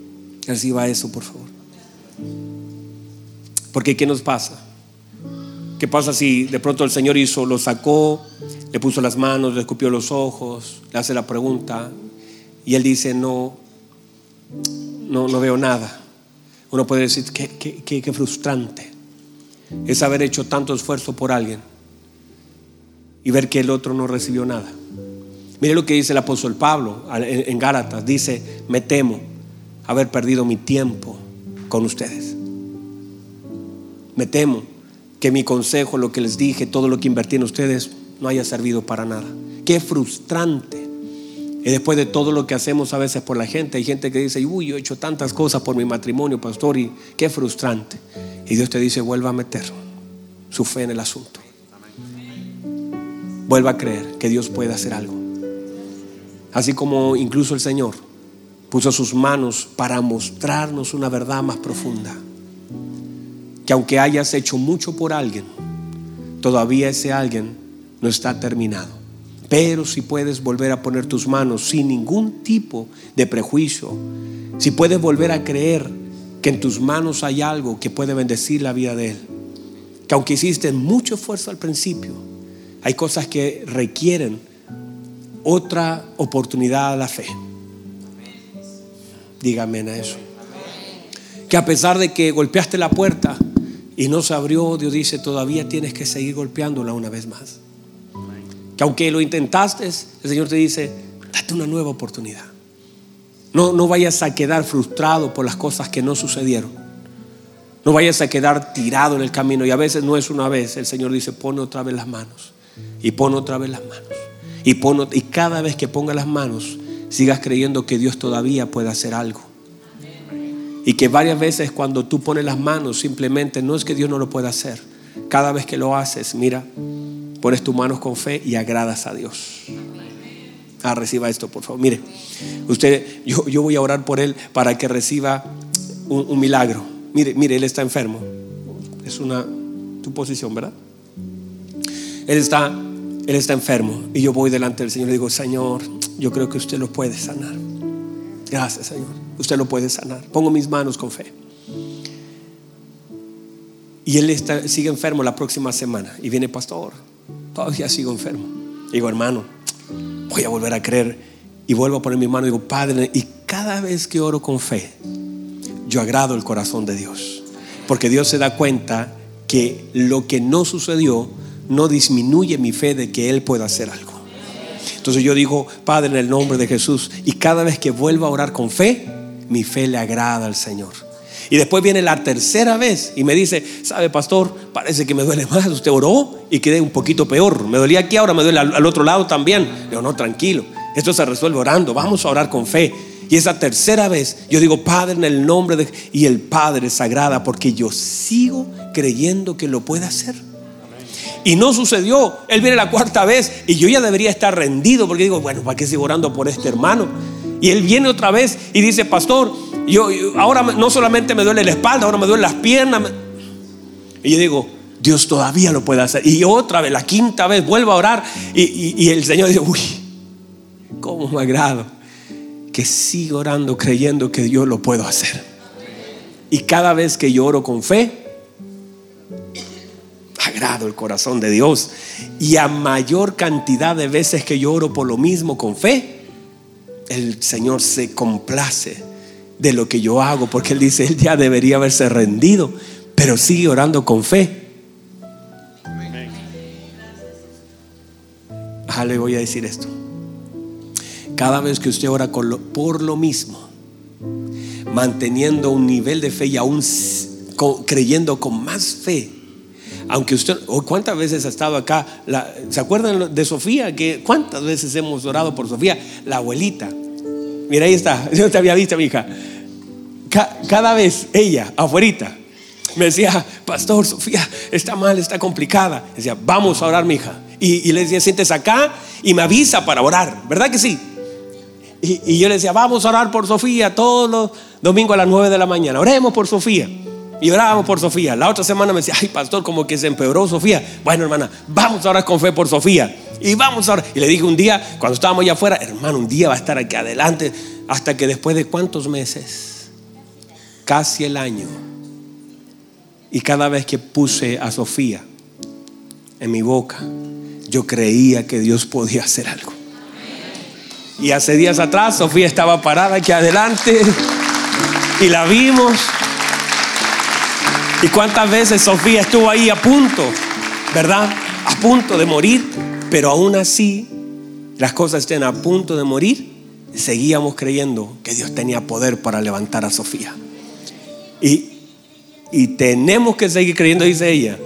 Reciba eso, por favor. Porque ¿qué nos pasa? ¿Qué pasa si de pronto el Señor lo sacó, le puso las manos, le escupió los ojos, le hace la pregunta y él dice no veo nada? Uno puede decir qué frustrante es haber hecho tanto esfuerzo por alguien y ver que el otro no recibió nada. Mire lo que dice el apóstol Pablo en Gálatas. Dice: me temo haber perdido mi tiempo con ustedes. Me temo que mi consejo, lo que les dije, todo lo que invertí en ustedes no haya servido para nada. Qué frustrante. Y después de todo lo que hacemos a veces por la gente, hay gente que dice: uy, yo he hecho tantas cosas por mi matrimonio, pastor, y qué frustrante. Y Dios te dice: vuelva a meter su fe en el asunto. Vuelva a creer que Dios puede hacer algo. Así como incluso el Señor puso sus manos para mostrarnos una verdad más profunda, que aunque hayas hecho mucho por alguien, todavía ese alguien no está terminado. Pero si puedes volver a poner tus manos sin ningún tipo de prejuicio, si puedes volver a creer que en tus manos hay algo que puede bendecir la vida de él, que aunque hiciste mucho esfuerzo al principio, hay cosas que requieren otra oportunidad a la fe. Dígame a eso. Que a pesar de que golpeaste la puerta y no se abrió, Dios dice: todavía tienes que seguir golpeándola una vez más. Que aunque lo intentaste, el Señor te dice: date una nueva oportunidad. No vayas a quedar frustrado por las cosas que no sucedieron. No vayas a quedar tirado en el camino. Y a veces no es una vez. El Señor dice: pone otra vez las manos. Y pone otra vez las manos. Y cada vez que ponga las manos, sigas creyendo que Dios todavía puede hacer algo. Y que varias veces cuando tú pones las manos, simplemente no es que Dios no lo pueda hacer. Cada vez que lo haces, mira, pones tus manos con fe y agradas a Dios. Reciba esto, por favor. Mire, yo voy a orar por él para que reciba un milagro. Mire, él está enfermo. Es tu posición, ¿verdad? Él está enfermo. Y yo voy delante del Señor y digo: Señor, yo creo que usted lo puede sanar. Gracias, Señor, usted lo puede sanar. Pongo mis manos con fe. Y él sigue enfermo la próxima semana. Y viene: pastor, todavía sigo enfermo. Digo: hermano, voy a volver a creer. Y vuelvo a poner mi mano y digo: Padre. Y cada vez que oro con fe, yo agrado el corazón de Dios, porque Dios se da cuenta que lo que no sucedió no disminuye mi fe de que Él pueda hacer algo. Entonces yo digo: Padre, en el nombre de Jesús. Y cada vez que vuelvo a orar con fe, mi fe le agrada al Señor. Y después viene la tercera vez y me dice: sabe, pastor, parece que me duele más. Usted oró y quedé un poquito peor. Me dolía aquí, ahora me duele al otro lado también. Digo: no, tranquilo, esto se resuelve orando. Vamos a orar con fe. Y esa tercera vez yo digo: Padre, en el nombre de... Y el Padre se agrada porque yo sigo creyendo que lo puede hacer. Y no sucedió. Él viene la cuarta vez y yo ya debería estar rendido, porque digo: bueno, ¿para qué sigo orando por este hermano? Y él viene otra vez y dice: pastor, yo ahora no solamente me duele la espalda, ahora me duele las piernas. Y yo digo: Dios todavía lo puede hacer. Y otra vez, la quinta vez, vuelvo a orar y el Señor dice: uy, cómo me agrado que sigo orando creyendo que Dios lo puedo hacer. Y cada vez que yo oro con fe, agrado el corazón de Dios. Y a mayor cantidad de veces que yo oro por lo mismo con fe, el Señor se complace de lo que yo hago, porque Él dice: Él ya debería haberse rendido, pero sigue orando con fe. Le voy a decir esto: cada vez que usted ora por lo mismo, manteniendo un nivel de fe y aún creyendo con más fe, aunque usted, ¿cuántas veces ha estado acá? ¿Se acuerdan de Sofía? ¿Cuántas veces hemos orado por Sofía? La abuelita. Mira, ahí está. Yo no te había visto, mi hija. Cada vez ella, afuerita, me decía: pastor, Sofía está mal, está complicada. Decía: vamos a orar, mi hija. Y le decía: siéntese acá y me avisa para orar. ¿Verdad que sí? Y yo le decía: vamos a orar por Sofía todos los domingos a las 9 de la mañana. Oremos por Sofía. Y orábamos por Sofía. La otra semana me decía: ay, pastor, como que se empeoró Sofía. Bueno, hermana, vamos a orar con fe por Sofía. Y vamos a orar. Y le dije un día, cuando estábamos allá afuera: hermano, un día va a estar aquí adelante. Hasta que después de ¿cuántos meses? Casi el año. Y cada vez que puse a Sofía en mi boca, yo creía que Dios podía hacer algo. Y hace días atrás Sofía estaba parada aquí adelante y la vimos. Y cuántas veces Sofía estuvo ahí a punto, ¿verdad? A punto de morir, pero aún así las cosas estén a punto de morir, seguíamos creyendo que Dios tenía poder para levantar a Sofía. Y tenemos que seguir creyendo, dice ella.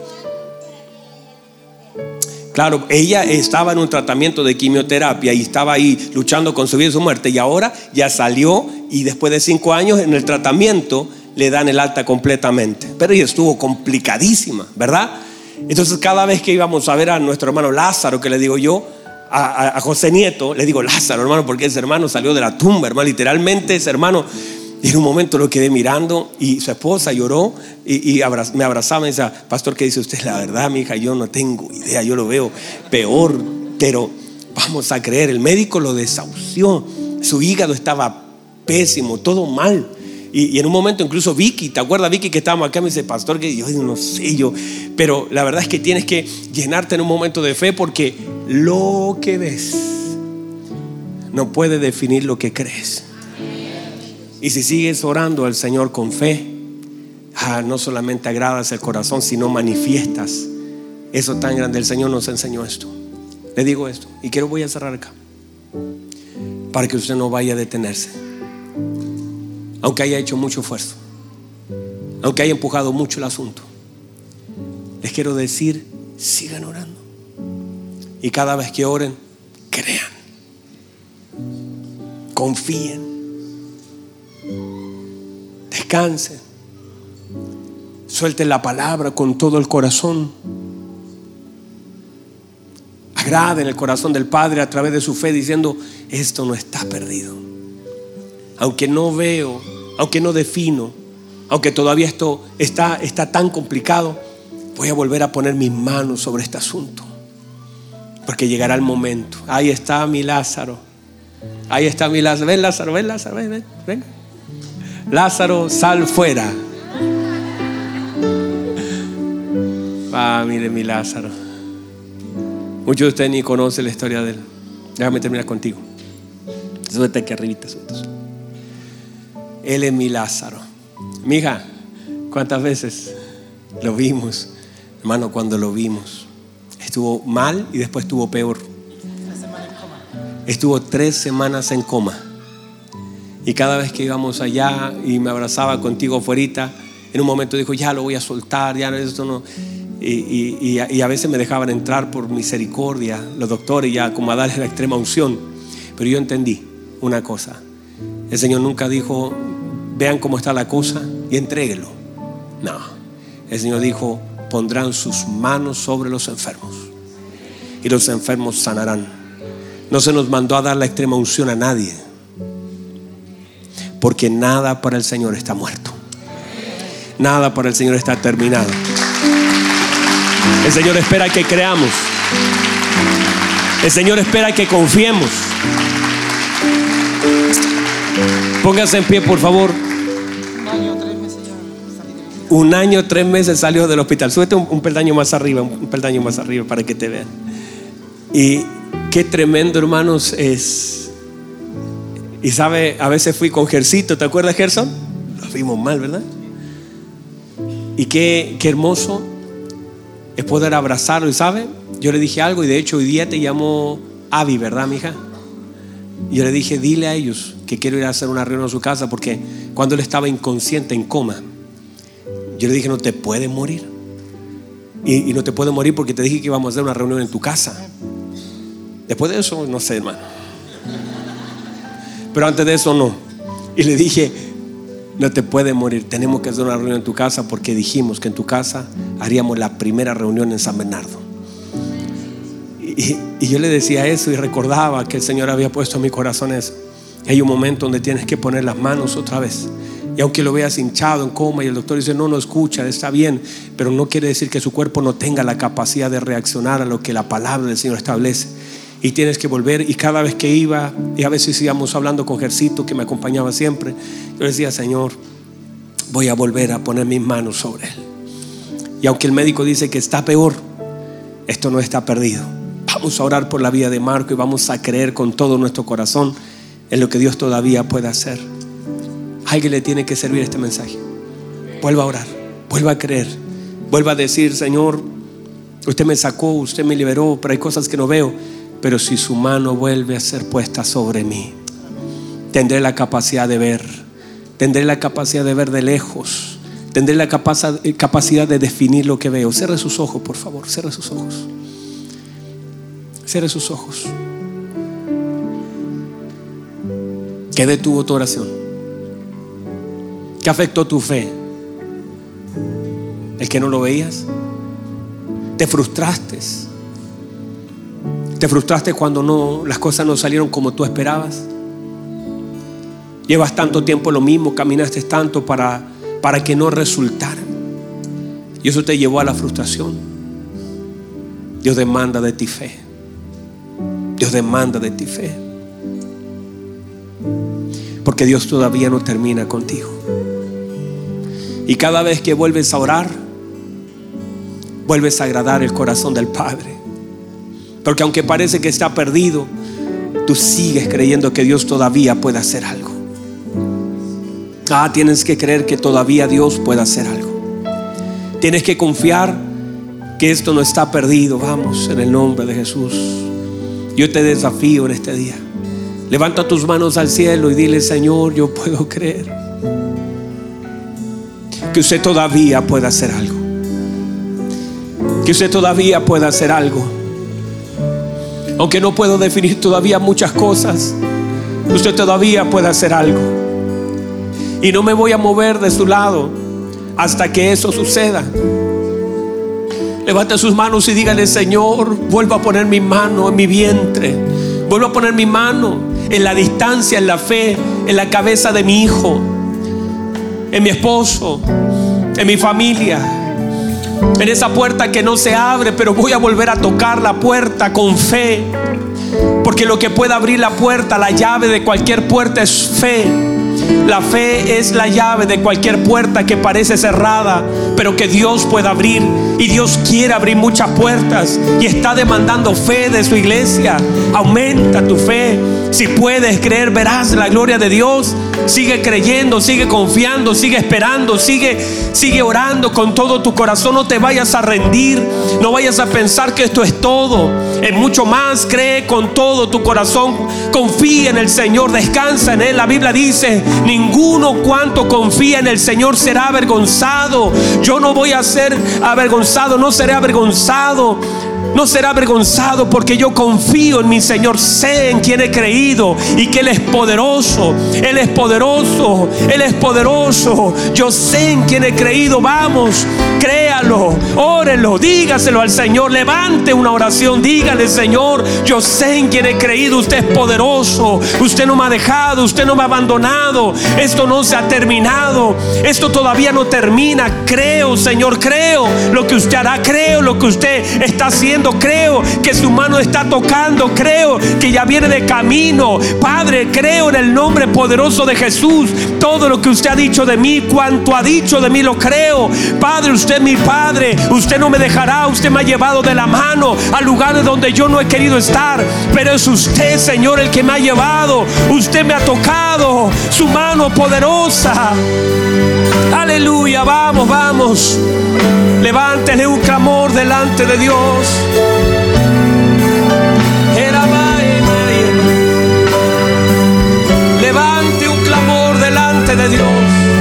Claro, ella estaba en un tratamiento de quimioterapia y estaba ahí luchando con su vida y su muerte, y ahora ya salió, y después de 5 años en el tratamiento le dan el alta completamente. Pero ella estuvo complicadísima, ¿verdad? Entonces cada vez que íbamos a ver a nuestro hermano Lázaro, que le digo yo a José Nieto, le digo Lázaro, hermano, porque ese hermano salió de la tumba, hermano, literalmente ese hermano. Y en un momento lo quedé mirando y su esposa lloró y me abrazaba y me decía: pastor, ¿qué dice usted? La verdad, mi hija, yo no tengo idea, yo lo veo peor, pero vamos a creer. El médico lo desahució, su hígado estaba pésimo, todo mal. Y en un momento incluso Vicky, ¿te acuerdas, Vicky, que estábamos acá? Me dice: pastor, que yo no sé, pero la verdad es que tienes que llenarte en un momento de fe, porque lo que ves no puede definir lo que crees. Y si sigues orando al Señor con fe, no solamente agradas el corazón, sino manifiestas eso tan grande. El Señor nos enseñó esto. Le digo esto y voy a cerrar acá, para que usted no vaya a detenerse. Aunque haya hecho mucho esfuerzo, aunque haya empujado mucho el asunto, les quiero decir: sigan orando. Y cada vez que oren, crean, confíen, descansen, suelten la palabra con todo el corazón, agraden el corazón del Padre a través de su fe, diciendo: esto no está perdido. Aunque no veo, aunque no defino, aunque todavía esto está tan complicado, voy a volver a poner mis manos sobre este asunto, porque llegará el momento. Ahí está mi Lázaro, ahí está mi Lázaro. Ven, Lázaro, ven, Lázaro, ven. Lázaro, sal fuera. Mire mi Lázaro. Muchos de ustedes ni conocen la historia de él. Déjame terminar contigo. Súbete aquí arribita, súbete. Él es mi Lázaro. Mi hija, ¿cuántas veces lo vimos? Hermano, cuando lo vimos, estuvo mal y después estuvo peor. Estuvo 3 semanas en coma. Y cada vez que íbamos allá y me abrazaba contigo afuera, en un momento dijo: ya lo voy a soltar, ya esto no. Y a veces me dejaban entrar por misericordia los doctores, ya como a darle la extrema unción. Pero yo entendí una cosa: el Señor nunca dijo: vean cómo está la cosa y entréguelo. No, el Señor dijo: pondrán sus manos sobre los enfermos y los enfermos sanarán. No se nos mandó a dar la extrema unción a nadie, porque nada para el Señor está muerto, nada para el Señor está terminado. El Señor espera que creamos, el Señor espera que confiemos. Póngase en pie, por favor. 1 año, 3 meses salió del hospital. Súbete un peldaño más arriba, un peldaño más arriba para que te vean. Y qué tremendo, hermanos, es. Y sabe, a veces fui con Gercito, ¿te acuerdas, Gerson? Nos vimos mal, ¿verdad? Y qué hermoso es poder abrazarlo. Y sabe, yo le dije algo, y de hecho hoy día te llamó Abby, ¿verdad, mija? Y yo le dije: dile a ellos que quiero ir a hacer una reunión en su casa, porque cuando él estaba inconsciente, en coma, yo le dije: no te puedes morir. Y no te puedes morir porque te dije que íbamos a hacer una reunión en tu casa. Después de eso, no sé, hermano, pero antes de eso no. Y le dije: no te puedes morir, tenemos que hacer una reunión en tu casa, porque dijimos que en tu casa haríamos la primera reunión en San Bernardo. Y yo le decía eso y recordaba que el Señor había puesto en mi corazón eso. Y hay un momento donde tienes que poner las manos otra vez. Y aunque lo veas hinchado, en coma, y el doctor dice: no escucha, está bien, pero no quiere decir que su cuerpo no tenga la capacidad de reaccionar a lo que la palabra del Señor establece. Y tienes que volver. Y cada vez que iba, y a veces íbamos hablando con Gercito, que me acompañaba siempre, yo decía: Señor, voy a volver a poner mis manos sobre él. Y aunque el médico dice que está peor, esto no está perdido. Vamos a orar por la vida de Marco y vamos a creer con todo nuestro corazón en lo que Dios todavía puede hacer. A alguien le tiene que servir este mensaje. Vuelva a orar, vuelva a creer, vuelva a decir: Señor, usted me sacó, usted me liberó, pero hay cosas que no veo. Pero si su mano vuelve a ser puesta sobre mí, tendré la capacidad de ver. Tendré la capacidad de ver de lejos. Tendré la capacidad de definir lo que veo. Cierre sus ojos, por favor. Cierre sus ojos. Cierre sus ojos. ¿Qué detuvo tu oración? ¿Qué afectó tu fe? ¿El que no lo veías? ¿Te frustraste? ¿Te frustraste cuando las cosas no salieron como tú esperabas? Llevas tanto tiempo lo mismo, caminaste tanto para que no resultara, y eso te llevó a la frustración. Dios demanda de ti fe. Dios demanda de ti fe, porque Dios todavía no termina contigo. Y cada vez que vuelves a orar, vuelves a agradar el corazón del Padre, porque aunque parece que está perdido, tú sigues creyendo que Dios todavía puede hacer algo. Tienes que creer que todavía Dios puede hacer algo. Tienes que confiar que esto no está perdido. Vamos, en el nombre de Jesús. Yo te desafío en este día. Levanta tus manos al cielo y dile: Señor, yo puedo creer que usted todavía puede hacer algo. Que usted todavía puede hacer algo. Aunque no puedo definir todavía muchas cosas, usted todavía puede hacer algo. Y no me voy a mover de su lado hasta que eso suceda. Levante sus manos y dígale: Señor, vuelvo a poner mi mano en mi vientre. Vuelvo a poner mi mano en la distancia, en la fe, en la cabeza de mi hijo, en mi esposo, en mi familia, en esa puerta que no se abre, pero voy a volver a tocar la puerta con fe. Porque lo que puede abrir la puerta, la llave de cualquier puerta, es fe. La fe es la llave de cualquier puerta que parece cerrada, pero que Dios puede abrir. Y Dios quiere abrir muchas puertas y está demandando fe de su iglesia. Aumenta tu fe. Si puedes creer, verás la gloria de Dios. Sigue creyendo, sigue confiando, sigue esperando, sigue orando con todo tu corazón. No te vayas a rendir, no vayas a pensar que esto es todo. Es mucho más. Cree con todo tu corazón, confía en el Señor, descansa en Él. La Biblia dice: ninguno cuanto confía en el Señor será avergonzado. Yo no voy a ser avergonzado, no seré avergonzado. No será avergonzado porque yo confío en mi Señor. Sé en quien he creído y que Él es poderoso. Él es poderoso. Él es poderoso. Yo sé en quien he creído. Vamos, créalo, órelo, dígaselo al Señor. Levante una oración, dígale: Señor, yo sé en quien he creído. Usted es poderoso. Usted no me ha dejado, usted no me ha abandonado. Esto no se ha terminado. Esto todavía no termina. Creo, Señor, creo lo que usted hará. Creo lo que usted está haciendo. Creo que su mano está tocando. Creo que ya viene de camino. Padre, creo en el nombre poderoso de Jesús. Todo lo que usted ha dicho de mí, cuanto ha dicho de mí, lo creo. Padre, usted es mi Padre. Usted no me dejará. Usted me ha llevado de la mano a lugares donde yo no he querido estar, pero es usted, Señor, el que me ha llevado. Usted me ha tocado, su mano poderosa. Aleluya. Vamos, vamos. Levántele un clamor delante de Dios. Levante un clamor delante de Dios.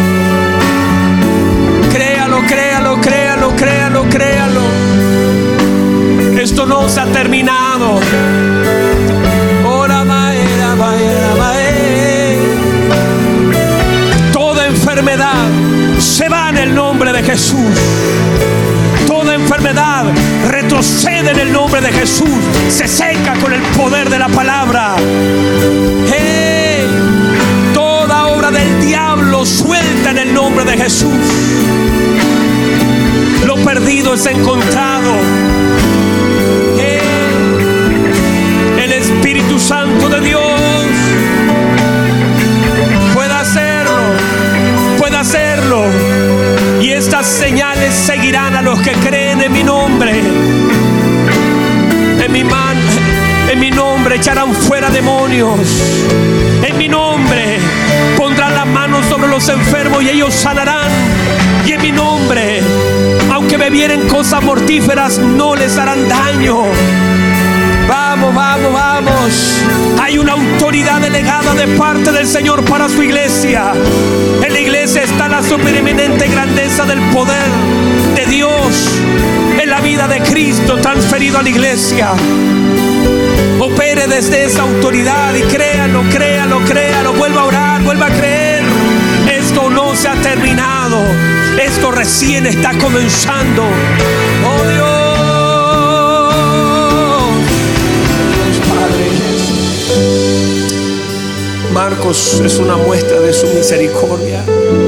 Créalo, créalo, créalo, créalo, créalo. Esto no se ha terminado. Toda enfermedad se va en el nombre de Jesús. Toda enfermedad retrocede en el nombre de Jesús. Se seca con el poder de la palabra. Toda obra del diablo suelta en el nombre de Jesús. Lo perdido es encontrado. El Espíritu Santo de Dios puede hacerlo. Y estas señales seguirán a los que creen en mi nombre. echarán fuera demonios. En mi nombre pondrán las manos sobre los enfermos y ellos sanarán. Y en mi nombre, aunque bebieren cosas mortíferas, no les harán daño. Vamos, vamos, vamos. Hay una autoridad delegada de parte del Señor para su iglesia. En la iglesia está la supereminente grandeza del poder de Dios en la vida de Cristo transferido a la iglesia. Opere desde esa autoridad y créalo, créalo, créalo. Vuelva a orar, vuelva a creer. Esto no se ha terminado. Esto recién está comenzando. Oh Dios. Marcos es una muestra de su misericordia.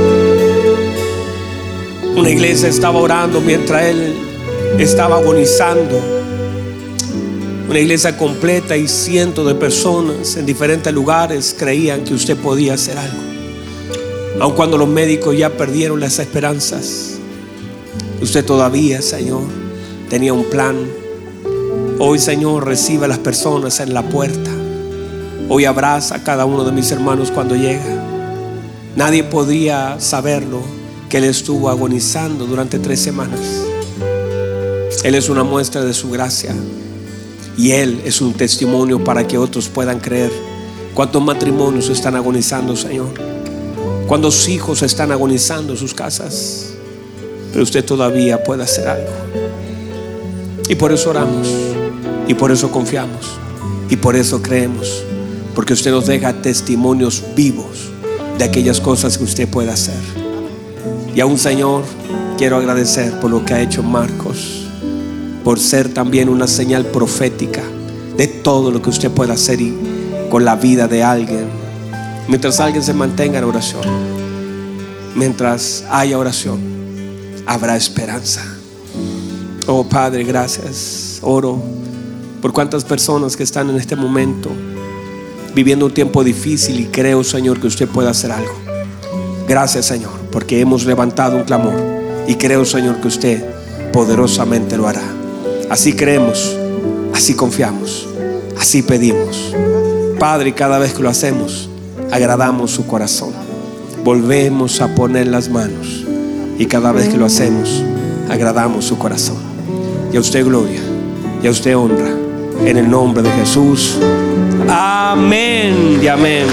Una iglesia estaba orando mientras él estaba agonizando. Una iglesia completa y cientos de personas en diferentes lugares creían que usted podía hacer algo, aun cuando los médicos ya perdieron las esperanzas. Usted todavía, Señor, tenía un plan. Hoy, Señor, recibe a las personas en la puerta. Hoy abraza a cada uno de mis hermanos cuando llega. Nadie podía saberlo, que Él estuvo agonizando durante 3 semanas. Él es una muestra de su gracia. Y Él es un testimonio para que otros puedan creer. ¿Cuántos matrimonios están agonizando, Señor? ¿Cuántos hijos están agonizando en sus casas? Pero usted todavía puede hacer algo. Y por eso oramos. Y por eso confiamos. Y por eso creemos. Porque usted nos deja testimonios vivos de aquellas cosas que usted puede hacer. Y aún, Señor, quiero agradecer por lo que ha hecho Marcos, por ser también una señal profética de todo lo que usted puede hacer y con la vida de alguien. Mientras alguien se mantenga en oración, mientras haya oración, habrá esperanza. Oh Padre, gracias. Oro por cuántas personas que están en este momento viviendo un tiempo difícil, y creo, Señor, que usted puede hacer algo. Gracias, Señor, porque hemos levantado un clamor, y creo, Señor, que usted poderosamente lo hará. Así creemos, así confiamos, así pedimos. Padre, y cada vez que lo hacemos, agradamos su corazón. Volvemos a poner las manos, y cada vez que lo hacemos, agradamos su corazón. Y a usted gloria, y a usted honra, en el nombre de Jesús. Amén y amén.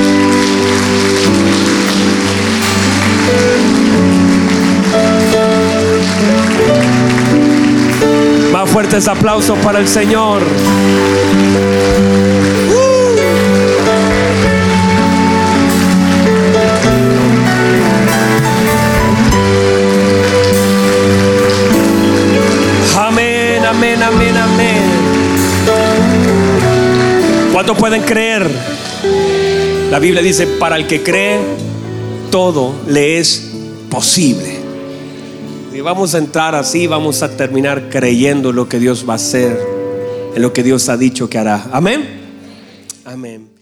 Más fuertes aplausos para el Señor. Amén, amén, amén, amén. ¿Cuántos pueden creer? La Biblia dice: para el que cree, todo le es posible. Y vamos a entrar así, vamos a terminar creyendo lo que Dios va a hacer, en lo que Dios ha dicho que hará. Amén. Amén.